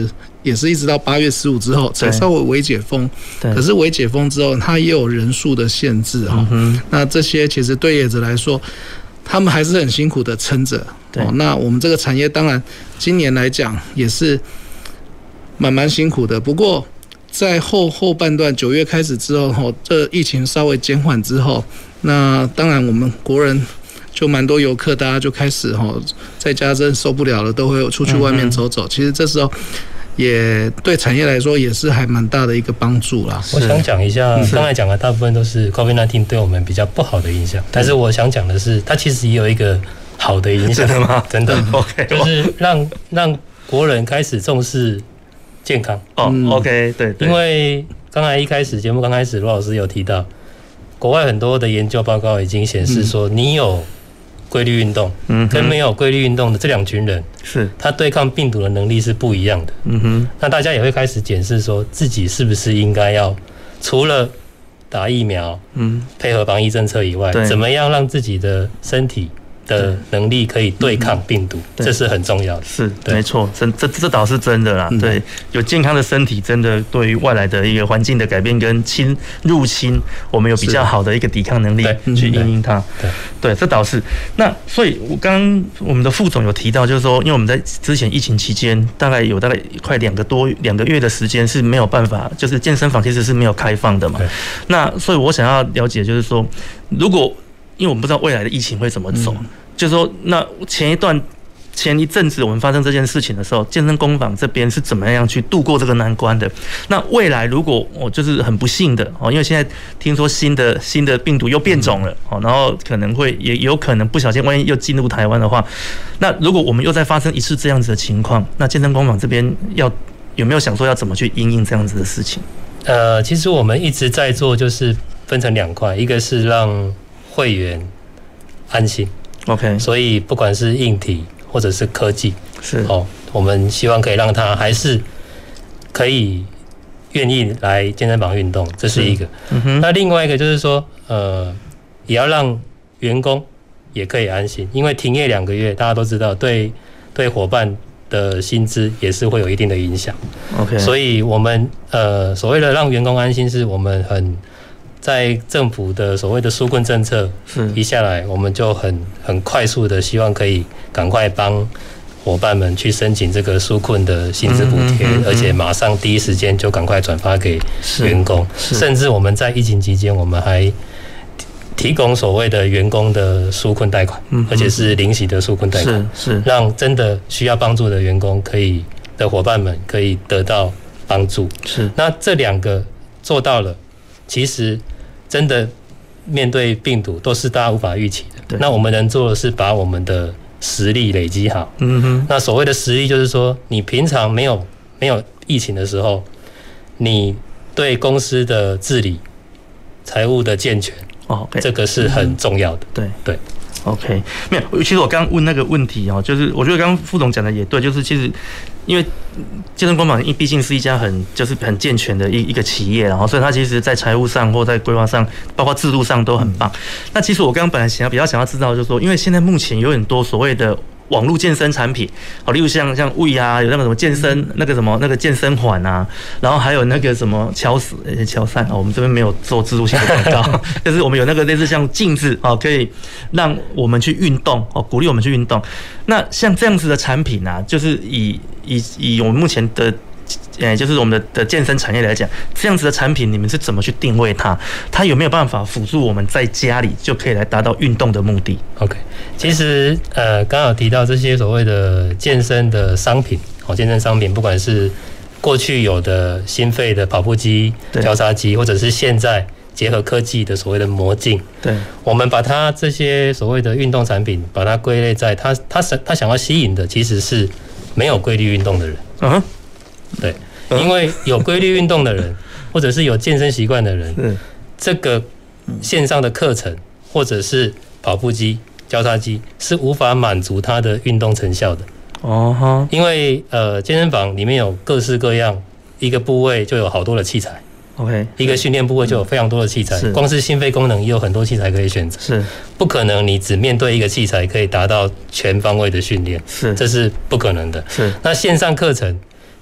也是一直到八月十五之后才稍微微解封。可是微解封之后，它也有人数的限制哈、嗯。那这些其实对业者来说，他们还是很辛苦的撑着。哦，那我们这个产业当然今年来讲也是蛮蛮辛苦的。不过在后后半段九月开始之后，哈，这疫情稍微减缓之后，那当然我们国人就蛮多游客，大家就开始哈，在家真受不了了，都会出去外面走走。嗯、其实这时候也对产业来说也是还蛮大的一个帮助啦。 我想讲一下，刚才讲的大部分都是 COVID 十九 对我们比较不好的影响，但是我想讲的是，它其实也有一个好的影响。真的吗？真的。OK， 就是让让国人开始重视健康。 哦、嗯、，OK， 对, 对。 因为刚才一开始节目刚开始，罗老师有提到，国外很多的研究报告已经显示说，你有规律运动，嗯，跟没有规律运动的这两群人，是他对抗病毒的能力是不一样的。嗯哼，那大家也会开始检视说，自己是不是应该要除了打疫苗，嗯，配合防疫政策以外，怎么样让自己的身体的能力可以对抗病毒，这是很重要的。 是，没错，这这这倒是真的啦。嗯、对，有健康的身体，真的对于外来的一个环境的改变跟侵入侵，我们有比较好的一个抵抗能力去因应它。对，对，这倒是。那所以，我刚刚我们的副总有提到，就是说，因为我们在之前疫情期间，大概有大概快两个多两个月的时间是没有办法，就是健身房其实是没有开放的嘛。那所以我想要了解，就是说，如果因为我们不知道未来的疫情会怎么走，嗯、就是说，那前一段、前一阵子我们发生这件事情的时候，健身工坊这边是怎么样去度过这个难关的？那未来如果我就是很不幸的哦，因为现在听说新的新的病毒又变种了哦，然后可能会也有可能不小心，万一又进入台湾的话，那如果我们又再发生一次这样子的情况，那健身工坊这边要有没有想说要怎么去因应这样子的事情？ 呃，其实我们一直在做，就是分成两块，一个是让会员安心 ，OK， 所以不管是硬体或者是科技，是哦，我们希望可以让他还是可以愿意来健身房运动，这是一个。嗯、那另外一个就是说，呃，也要让员工也可以安心，因为停业两个月，大家都知道，对对伙伴的薪资也是会有一定的影响。OK， 所以我们呃所谓的让员工安心，是我们很。在政府的所谓的纾困政策一下来，我们就很很快速的希望可以赶快帮伙伴们去申请这个纾困的薪资补贴，而且马上第一时间就赶快转发给员工，甚至我们在疫情期间，我们还提供所谓的员工的纾困贷款，而且是零息的纾困贷款，是让真的需要帮助的员工可以的伙伴们可以得到帮助。是，那这两个做到了，其实。真的面对病毒都是大家无法预期的。那我们能做的是把我们的实力累积好。嗯哼。那所谓的实力就是说，你平常没有没有疫情的时候，你对公司的治理、财务的健全，哦，这个是很重要的。对对。 OK， 没有，其实我刚刚问那个问题哦，就是我觉得刚刚副总讲的也对，就是其实因为健身工坊毕竟是一家很就是很健全的一一个企业，然后所以它其实在财务上或在规划上，包括制度上都很棒。那其实我刚刚本来想要比较想要知道，就是说，因为现在目前有很多所谓的网络健身产品，好，例如像像 We 啊，有那个什么健身那个什么那个健身环啊，然后还有那个什么乔斯呃乔善哦，我们这边没有做植入性的广告，就是我们有那个类似像镜子哦，可以让我们去运动哦，鼓励我们去运动。那像这样子的产品啊，就是以以以我们目前的。呃，就是我们的的健身产业来讲，这样子的产品，你们是怎么去定位它？它有没有办法辅助我们在家里就可以来达到运动的目的 ？OK， 其实呃，刚好提到这些所谓的健身的商品，哦，健身商品，不管是过去有的心肺的跑步机、交叉机，或者是现在结合科技的所谓的魔镜，对，我们把它这些所谓的运动产品，把它归类在它它它想要吸引的，其实是没有规律运动的人。嗯。对，因为有规律运动的人，或者是有健身习惯的人，这个线上的课程或者是跑步机、交叉机是无法满足他的运动成效的。哦，因为呃，健身房里面有各式各样，一个部位就有好多的器材。OK， 一个训练部位就有非常多的器材，光是心肺功能也有很多器材可以选择。是，不可能你只面对一个器材可以达到全方位的训练，是，这是不可能的。是，那线上课程。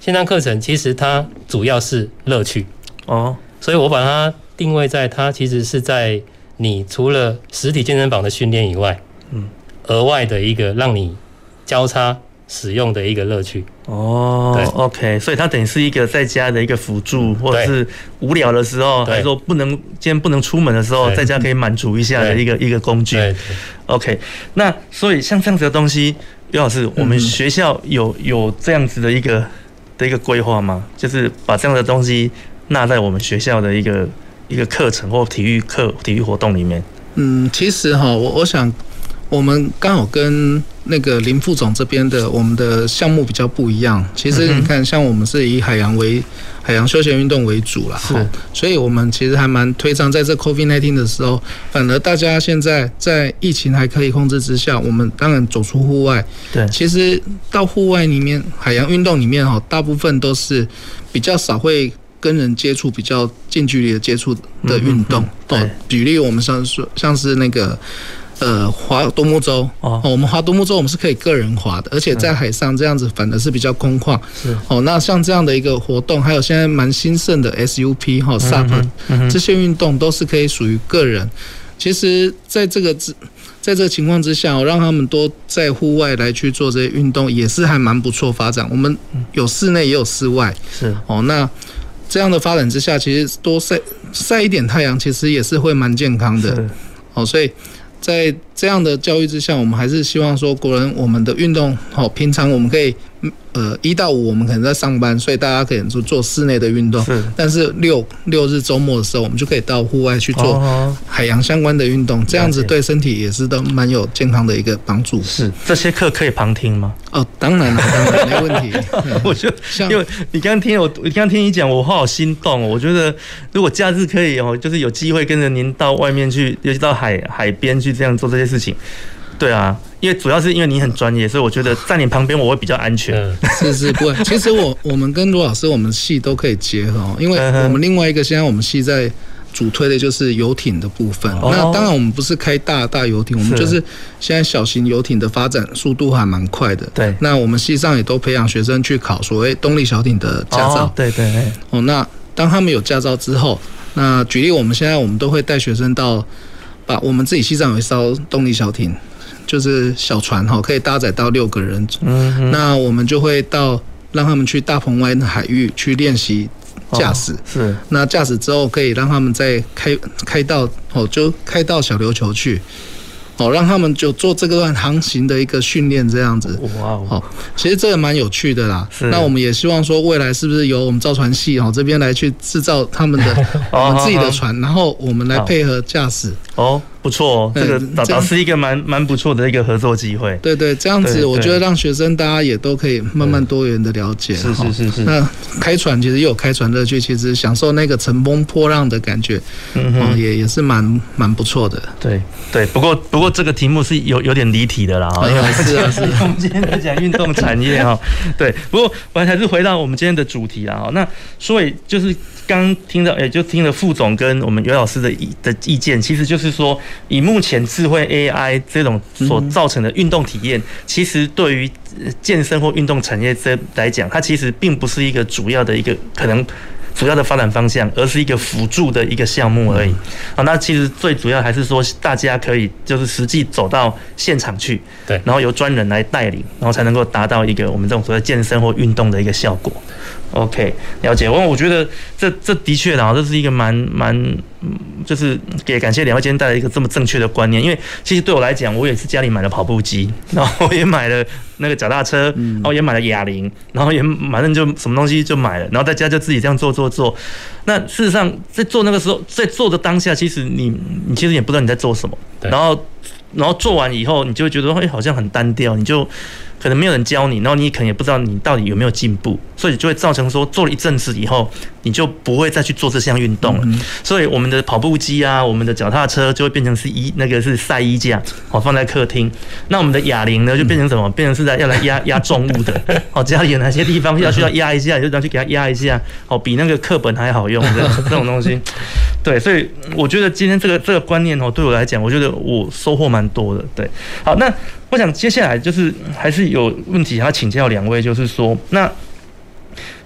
线上课程其实它主要是乐趣哦， 所以我把它定位在它其实是在你除了实体健身房的训练以外，嗯，额外的一个让你交叉使用的一个乐趣。 哦 ，OK， 所以它等于是一个在家的一个辅助，或者是无聊的时候，还是说不能今天不能出门的时候，在家可以满足一下的一个一个工具。OK， 那所以像这样子的东西，尤老师，我们学校有有这样子的一个的一个规划吗？就是把这样的东西纳在我们学校的一个一个课程或体育课、体育活动里面。 嗯，其实哈，我我想我们刚好跟那个林副总这边的我们的项目比较不一样。其实你看，像我们是以海洋为海洋休闲运动为主啦，是，所以我们其实还蛮推倡在这 COVID 十九 的时候，反而大家现在在疫情还可以控制之下，我们当然走出户外。 对， 其实到户外里面，海洋运动里面哈，大部分都是比较少会跟人接触、比较近距离的接触的运动。哦，举例我们像说像是那个。呃，划独木舟哦，我们划独木舟，我们是可以个人划的，而且在海上这样子反而是比较空旷。是哦，那像这样的一个活动，还有现在蛮兴盛的 S U P 哈、S U P 这些运动都是可以属于个人。其实，在这个在这个情况之下，让他们都在户外来去做这些运动，也是还蛮不错发展。我们有室内也有室外，是哦，那这样的发展之下，其实多晒晒一点太阳，其实也是会蛮健康的。哦，所以。在这样的教育之下，我们还是希望说，国人我们的运动，好，平常我们可以，呃，一到五我们可能在上班，所以大家可以做做室内的运动。是。但是六六日周末的时候，我们就可以到户外去做海洋相关的运动，这样子对身体也是都蛮有健康的一个帮助。 是。这些课可以旁听吗？ 哦，当然了，当然没问题。 我就因为你刚刚听我，你刚刚听你讲，我好心动哦。我觉得如果假日可以哦，就是有机会跟着您到外面去，尤其到海海边去这样做这些事情。对啊，因为主要是因为你很专业，所以我觉得在你旁边我会比较安全。 是是，不会。其实我我们跟罗老师，我们系都可以结合哦，因为我们另外一个现在我们系在主推的就是游艇的部分。哦、那当然我们不是开大大游艇，我们就是现在小型游艇的发展速度还蛮快的。对。那我们系上也都培养学生去考所谓动力小艇的驾照。 哦、对对对。 哦，那当他们有驾照之后，那举例我们现在我们都会带学生到，把我们自己系上有一艘动力小艇。就是小船哈，可以搭载到六个人。嗯，那我们就会到让他们去大鹏湾海域去练习驾驶。哦、是。那驾驶之后，可以让他们再开开到哦，就开到小琉球去。哦，让他们就做这个段航行的一个训练，这样子。哇哦！哦，其实这个蛮有趣的啦。那我们也希望说，未来是不是由我们造船系哦这边来去制造他们的我们自己的船，然后我们来配合驾驶。 哦，不错哦，这个倒倒是一个蛮蛮不错的一个合作机会。 对对，这样子我觉得让学生大家也都可以慢慢多元的了解。 是是是是。 那开船其实也有开船乐趣，其实享受那个乘风破浪的感觉，哦也也是蛮蛮不错的。 对对，不过不过。不过这个题目是有有点离题的啦，因为是啊是啊，我们今天在讲运动产业哈，对。不过我还是回到我们今天的主题啦，那所以就是刚听到，也就听了副总跟我们尤老师的意的意见，其实就是说，以目前智慧 A I 这种所造成的运动体验，其实对于健身或运动产业这来讲，它其实并不是一个主要的一个可能。主要的发展方向，而是一个辅助的一个项目而已。好，那其实最主要还是说，大家可以就是实际走到现场去，对，然后由专人来带领，然后才能够达到一个我们这种所谓健身或运动的一个效果。OK， 了解。我我觉得这这的确啦，这是一个蛮蛮，就是也感谢两位今天带来一个这么正确的观念。因为其实对我来讲，我也是家里买了跑步机，然后也买了那个脚踏车，然后也买了哑铃，然后也反正就什么东西就买了，然后在家就自己这样做做做。那事实上在做那个时候，在做的当下，其实你你其实也不知道你在做什么，然后然后做完以后，你就会觉得哎好像很单调，你就。可能没有人教你，然后你可能也不知道你到底有没有进步，所以就会造成说做了一阵子以后，你就不会再去做这项运动了。嗯、所以我们的跑步机啊，我们的脚踏车就会变成是衣那个是晒衣架，好放在客厅。那我们的哑铃呢，就变成什么？变成是在要来压压重物的。好，家里有哪些地方要需要压一下，你就拿去给它压一下。好，比那个课本还好用的这种东西。对，所以我觉得今天这个这个观念哦，对我来讲，我觉得我收获蛮多的。对，好，那我想接下来就是还是有问题要请教两位，就是说，那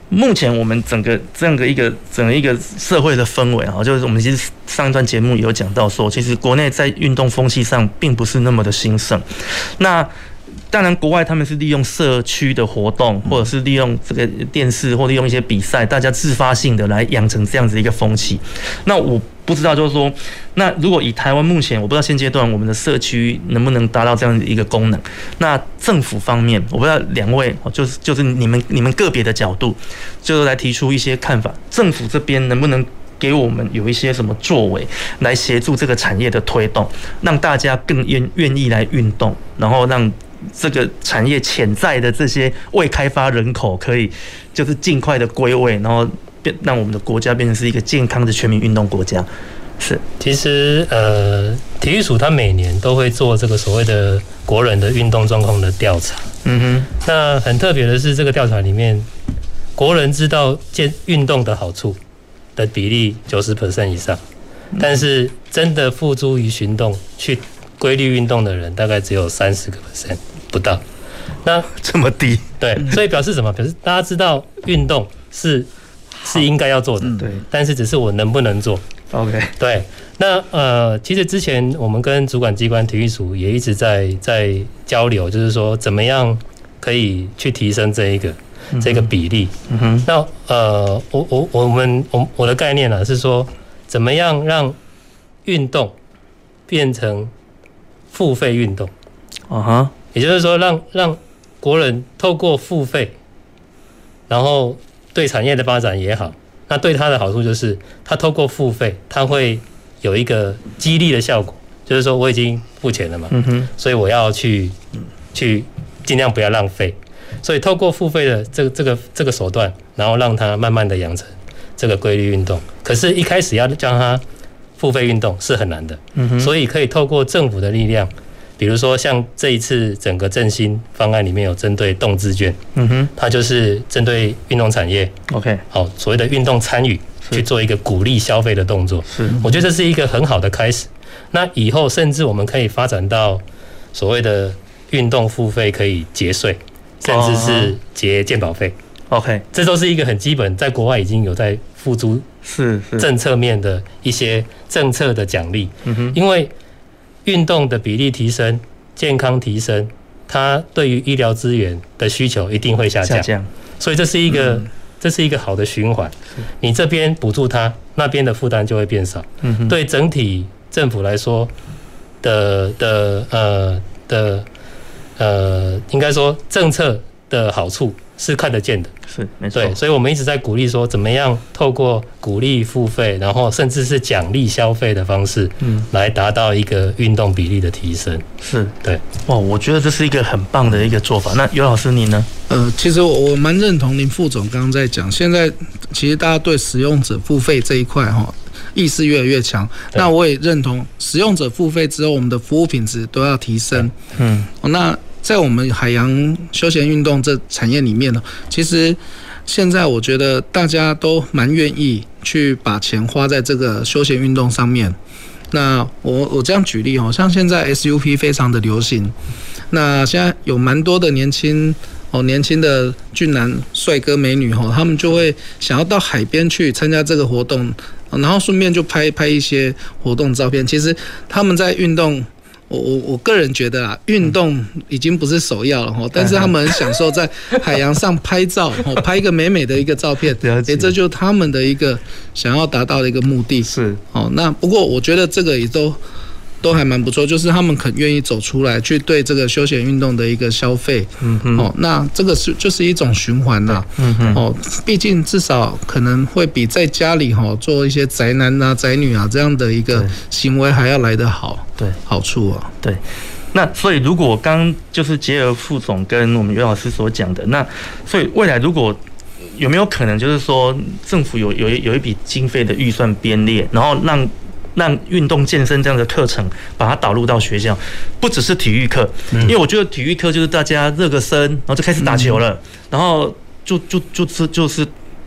目前我们整个这样的一个整个一个社会的氛围啊，就是我们其实上一段节目也有讲到说，其实国内在运动风气上并不是那么的兴盛。那当然，国外他们是利用社区的活动，或者是利用这个电视，或利用一些比赛，大家自发性的来养成这样子一个风气。那我不知道，就是说，那如果以台湾目前，我不知道现阶段我们的社区能不能达到这样的一个功能。那政府方面，我不知道两位就是就是你们你们个别的角度，就是来提出一些看法。政府这边能不能给我们有一些什么作为，来协助这个产业的推动，让大家更愿愿意来运动，然后让这个产业潜在的这些未开发人口可以就是尽快的归位，然后变让我们的国家变成是一个健康的全民运动国家。是， 其实呃，体育署它每年都会做这个所谓的国人的运动状况的调查。嗯哼。那很特别的是，这个调查里面，国人知道健运动的好处的比例九十 percent 以上，但是真的付诸于行动去规律运动的人大概只有三十个 percent 不到，那这么低， 对，所以表示什么？表示大家知道运动是是应该要做的，对，但是只是我能不能做 ？OK， 对， 那呃，其实之前我们跟主管机关体育署也一直在在交流，就是说怎么样可以去提升这一个、嗯、这个比例。嗯哼，那呃，我我我们我我的概念呢、啊、是说，怎么样让运动变成付费运动，啊哈，也就是说让让国人透过付费，然后对产业的发展也好，那对他的好处就是他透过付费，他会有一个激励的效果，就是说我已经付钱了嘛，嗯哼，所以我要去去尽量不要浪费，所以透过付费的这个这个这个手段，然后让他慢慢的养成这个规律运动。可是，一开始要将他付费运动是很难的，嗯、所以可以透过政府的力量，比如说像这一次整个振兴方案里面有针对动资券，嗯哼，它就是针对运动产业 ，OK， 好，所谓的运动参与去做一个鼓励消费的动作，是，我觉得这是一个很好的开始。那以后甚至我们可以发展到所谓的运动付费可以节税，甚至是节健保费。OK， 这都是一个很基本，在国外已经有在付诸是政策面的一些政策的奖励。嗯哼，因为运动的比例提升，健康提升，它对于医疗资源的需求一定会下降。下降，所以这是一个、嗯、这是一个好的循环。你这边补助它，那边的负担就会变少。嗯哼，对整体政府来说的的呃的呃，应该说政策的好处是看得见的。是，没错。对，所以我们一直在鼓励说，怎么样透过鼓励付费，然后甚至是奖励消费的方式，嗯，来达到一个运动比例的提升。是，对。 哇，我觉得这是一个很棒的一个做法。那尤老师你呢？ 呃，其实我我蛮认同林副总刚刚在讲，现在其实大家对使用者付费这一块哈意识越来越强。那我也认同，使用者付费之后，我们的服务品质都要提升。嗯，那在我们海洋休闲运动这产业里面呢，其实现在我觉得大家都蛮愿意去把钱花在这个休闲运动上面。那我我这样举例哦，像现在 S U P 非常的流行，那现在有蛮多的年轻哦年轻的俊男帅哥美女哦，他们就会想要到海边去参加这个活动，然后顺便就拍拍一些活动照片。其实他们在运动。我我我个人觉得啦，运动已经不是首要了哈，但是他们很享受在海洋上拍照，拍一个美美的一个照片，哎，这就是他们的一个想要达到的一个目的。是哦，那不过我觉得这个也都都还蛮不错，就是他们肯愿意走出来去对这个休闲运动的一个消费，嗯哼，哦，那这个是就是一种循环啦，嗯哼，哦，毕竟至少可能会比在家里哈做一些宅男啊、宅女啊这样的一个行为还要来得好，对，好处啊， 对。那所以如果刚刚就是结合副总跟我们尤老师所讲的，那所以未来如果有没有可能就是说政府有有有一笔经费的预算编列，然后让让运动健身这样的课程把它导入到学校，不只是体育课，嗯、因为我觉得体育课就是大家热个身，然后就开始打球了，嗯、然后就就就是就是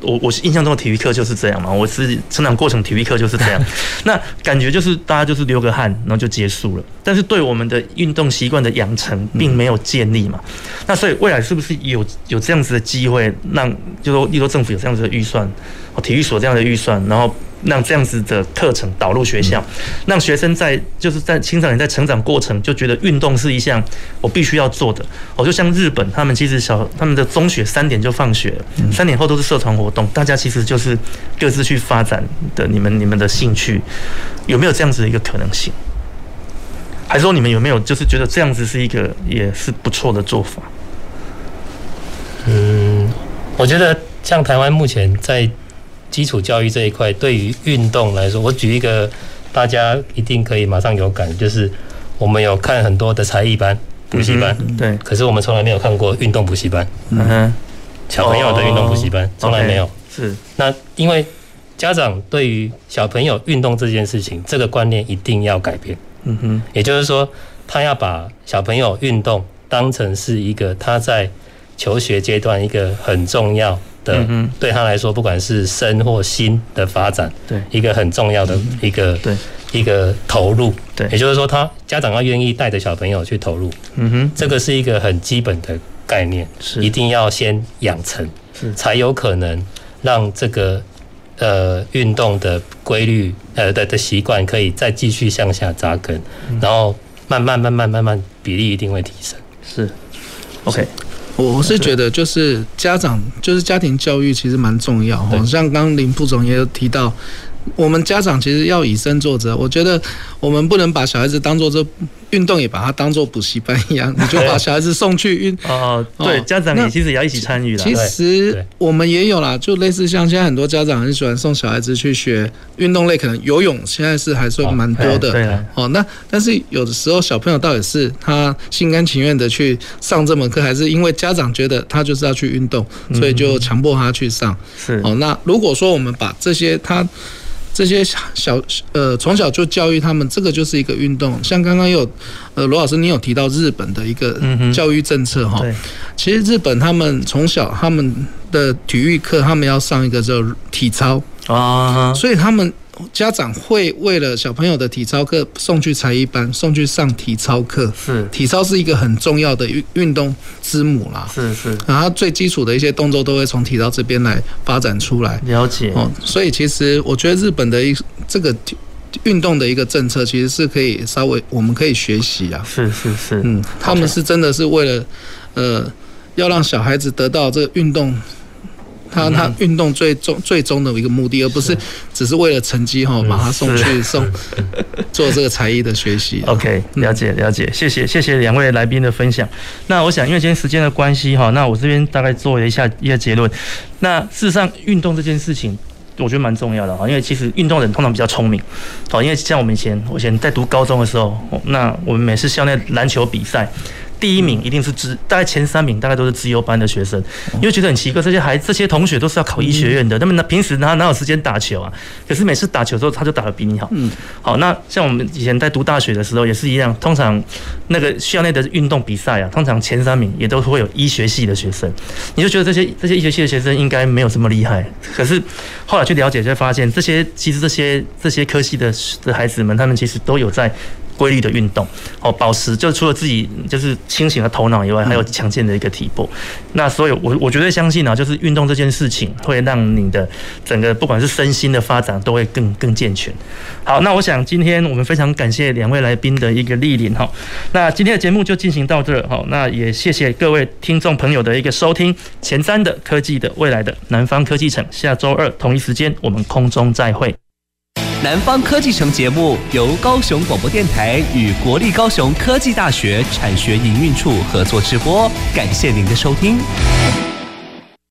我我印象中的体育课就是这样嘛，我是成长过程体育课就是这样，那感觉就是大家就是流个汗，然后就结束了。但是对我们的运动习惯的养成并没有建立嘛，那所以未来是不是有有这样子的机会，让就说例如政府有这样子的预算，体育所这样的预算，然后让这样子的课程导入学校，让学生在就是在青少年在成长过程就觉得运动是一项我必须要做的。哦，就像日本，他们其实小他们的中学三点就放学了，三点后都是社团活动，大家其实就是各自去发展的你们你们的兴趣，有没有这样子的一个可能性？还是说你们有没有就是觉得这样子是一个也是不错的做法？ 嗯，我觉得像台湾目前在基础教育这一块，对于运动来说，我举一个大家一定可以马上有感，就是我们有看很多的才艺班、补习班， 嗯、对， 可是我们从来没有看过运动补习班， 嗯哼， 小朋友的运动补习班从来没有。 是， 那因为家长对于小朋友运动这件事情，这个观念一定要改变。 嗯哼， 也就是说，他要把小朋友运动当成是一个他在求学阶段一个很重要的，嗯、对他来说，不管是身或心的发展， 对一个很重要的一个、 对一个投入， 对， 也就是说，他家长要愿意带着小朋友去投入， 嗯哼， 这个是一个很基本的概念， 是一定要先养成， 是才有可能让这个呃运动的规律呃的的习惯可以再继续向下扎根，嗯、然后慢慢慢慢慢慢比例一定会提升， 是 ，OK。 我是觉得，就是家长，就是家庭教育其实蛮重要。像刚刚林副总也有提到，我们家长其实要以身作则。我觉得我们不能把小孩子当做这运动，也把它当做补习班一样，你就把小孩子送去运。 哦，对，家长也其实也要一起参与啦。 其实我们也有啦，就类似像现在很多家长很喜欢送小孩子去学运动类，可能游泳现在是还算蛮多的。 对啊。 哦，那但是有的时候小朋友到底是他心甘情愿的去上这门课，还是因为家长觉得他就是要去运动，所以就强迫他去上？ 是。 哦，那如果说我们把这些他。这些小呃从小就教育他们，这个就是一个运动。像刚刚有呃罗老师，你有提到日本的一个教育政策哈、嗯，其实日本他们从小他们的体育课，他们要上一个叫体操啊，所以他们家长会为了小朋友的体操课送去才艺班，送去上体操课。 是， 体操是一个很重要的运动之母啦。 是是， 然后最基础的一些动作都会从体操这边来发展出来。 了解哦，所以其实我觉得日本的一这个运动的一个政策，其实是可以稍微我们可以学习啊。 是是是， 嗯，他们是真的是为了呃要让小孩子得到这个运动。他他运动最终最终的一个目的，而不是只是为了成绩哈，把他送去送做这个才艺的学习。 OK， 了解了解，谢谢谢谢两位来宾的分享。那我想，因为今天时间的关系哈，那我这边大概做了一下一个结论。那事实上，运动这件事情，我觉得蛮重要的哈，因为其实运动人通常比较聪明，好，因为像我们以前我以前在读高中的时候，那我们每次校内篮球比赛。第一名一定是资，大概前三名大概都是资优班的学生，因为觉得很奇怪，这些孩这些同学都是要考医学院的，那么平时哪哪有时间打球啊？可是每次打球之后，他就打得比你好。嗯，好，那像我们以前在读大学的时候也是一样，通常那个校内的运动比赛啊，通常前三名也都会有医学系的学生，你就觉得这些这些医学系的学生应该没有这么厉害，可是后来去了解，就会发现这些其实这些这些科系的的孩子们，他们其实都有在。规律的运动，哦，保持就除了自己就是清醒的头脑以外，还有强健的一个体魄。那所以我，我我绝对相信啊，就是运动这件事情会让你的整个不管是身心的发展都会更更健全。好，那我想今天我们非常感谢两位来宾的一个莅临哈。那今天的节目就进行到这儿哈。那也谢谢各位听众朋友的一个收听。前瞻的科技的未来的南方科技城，下周二同一时间我们空中再会。 南方科技城节目由高雄广播电台与国立高雄科技大学产学营运处合作直播，感谢您的收听。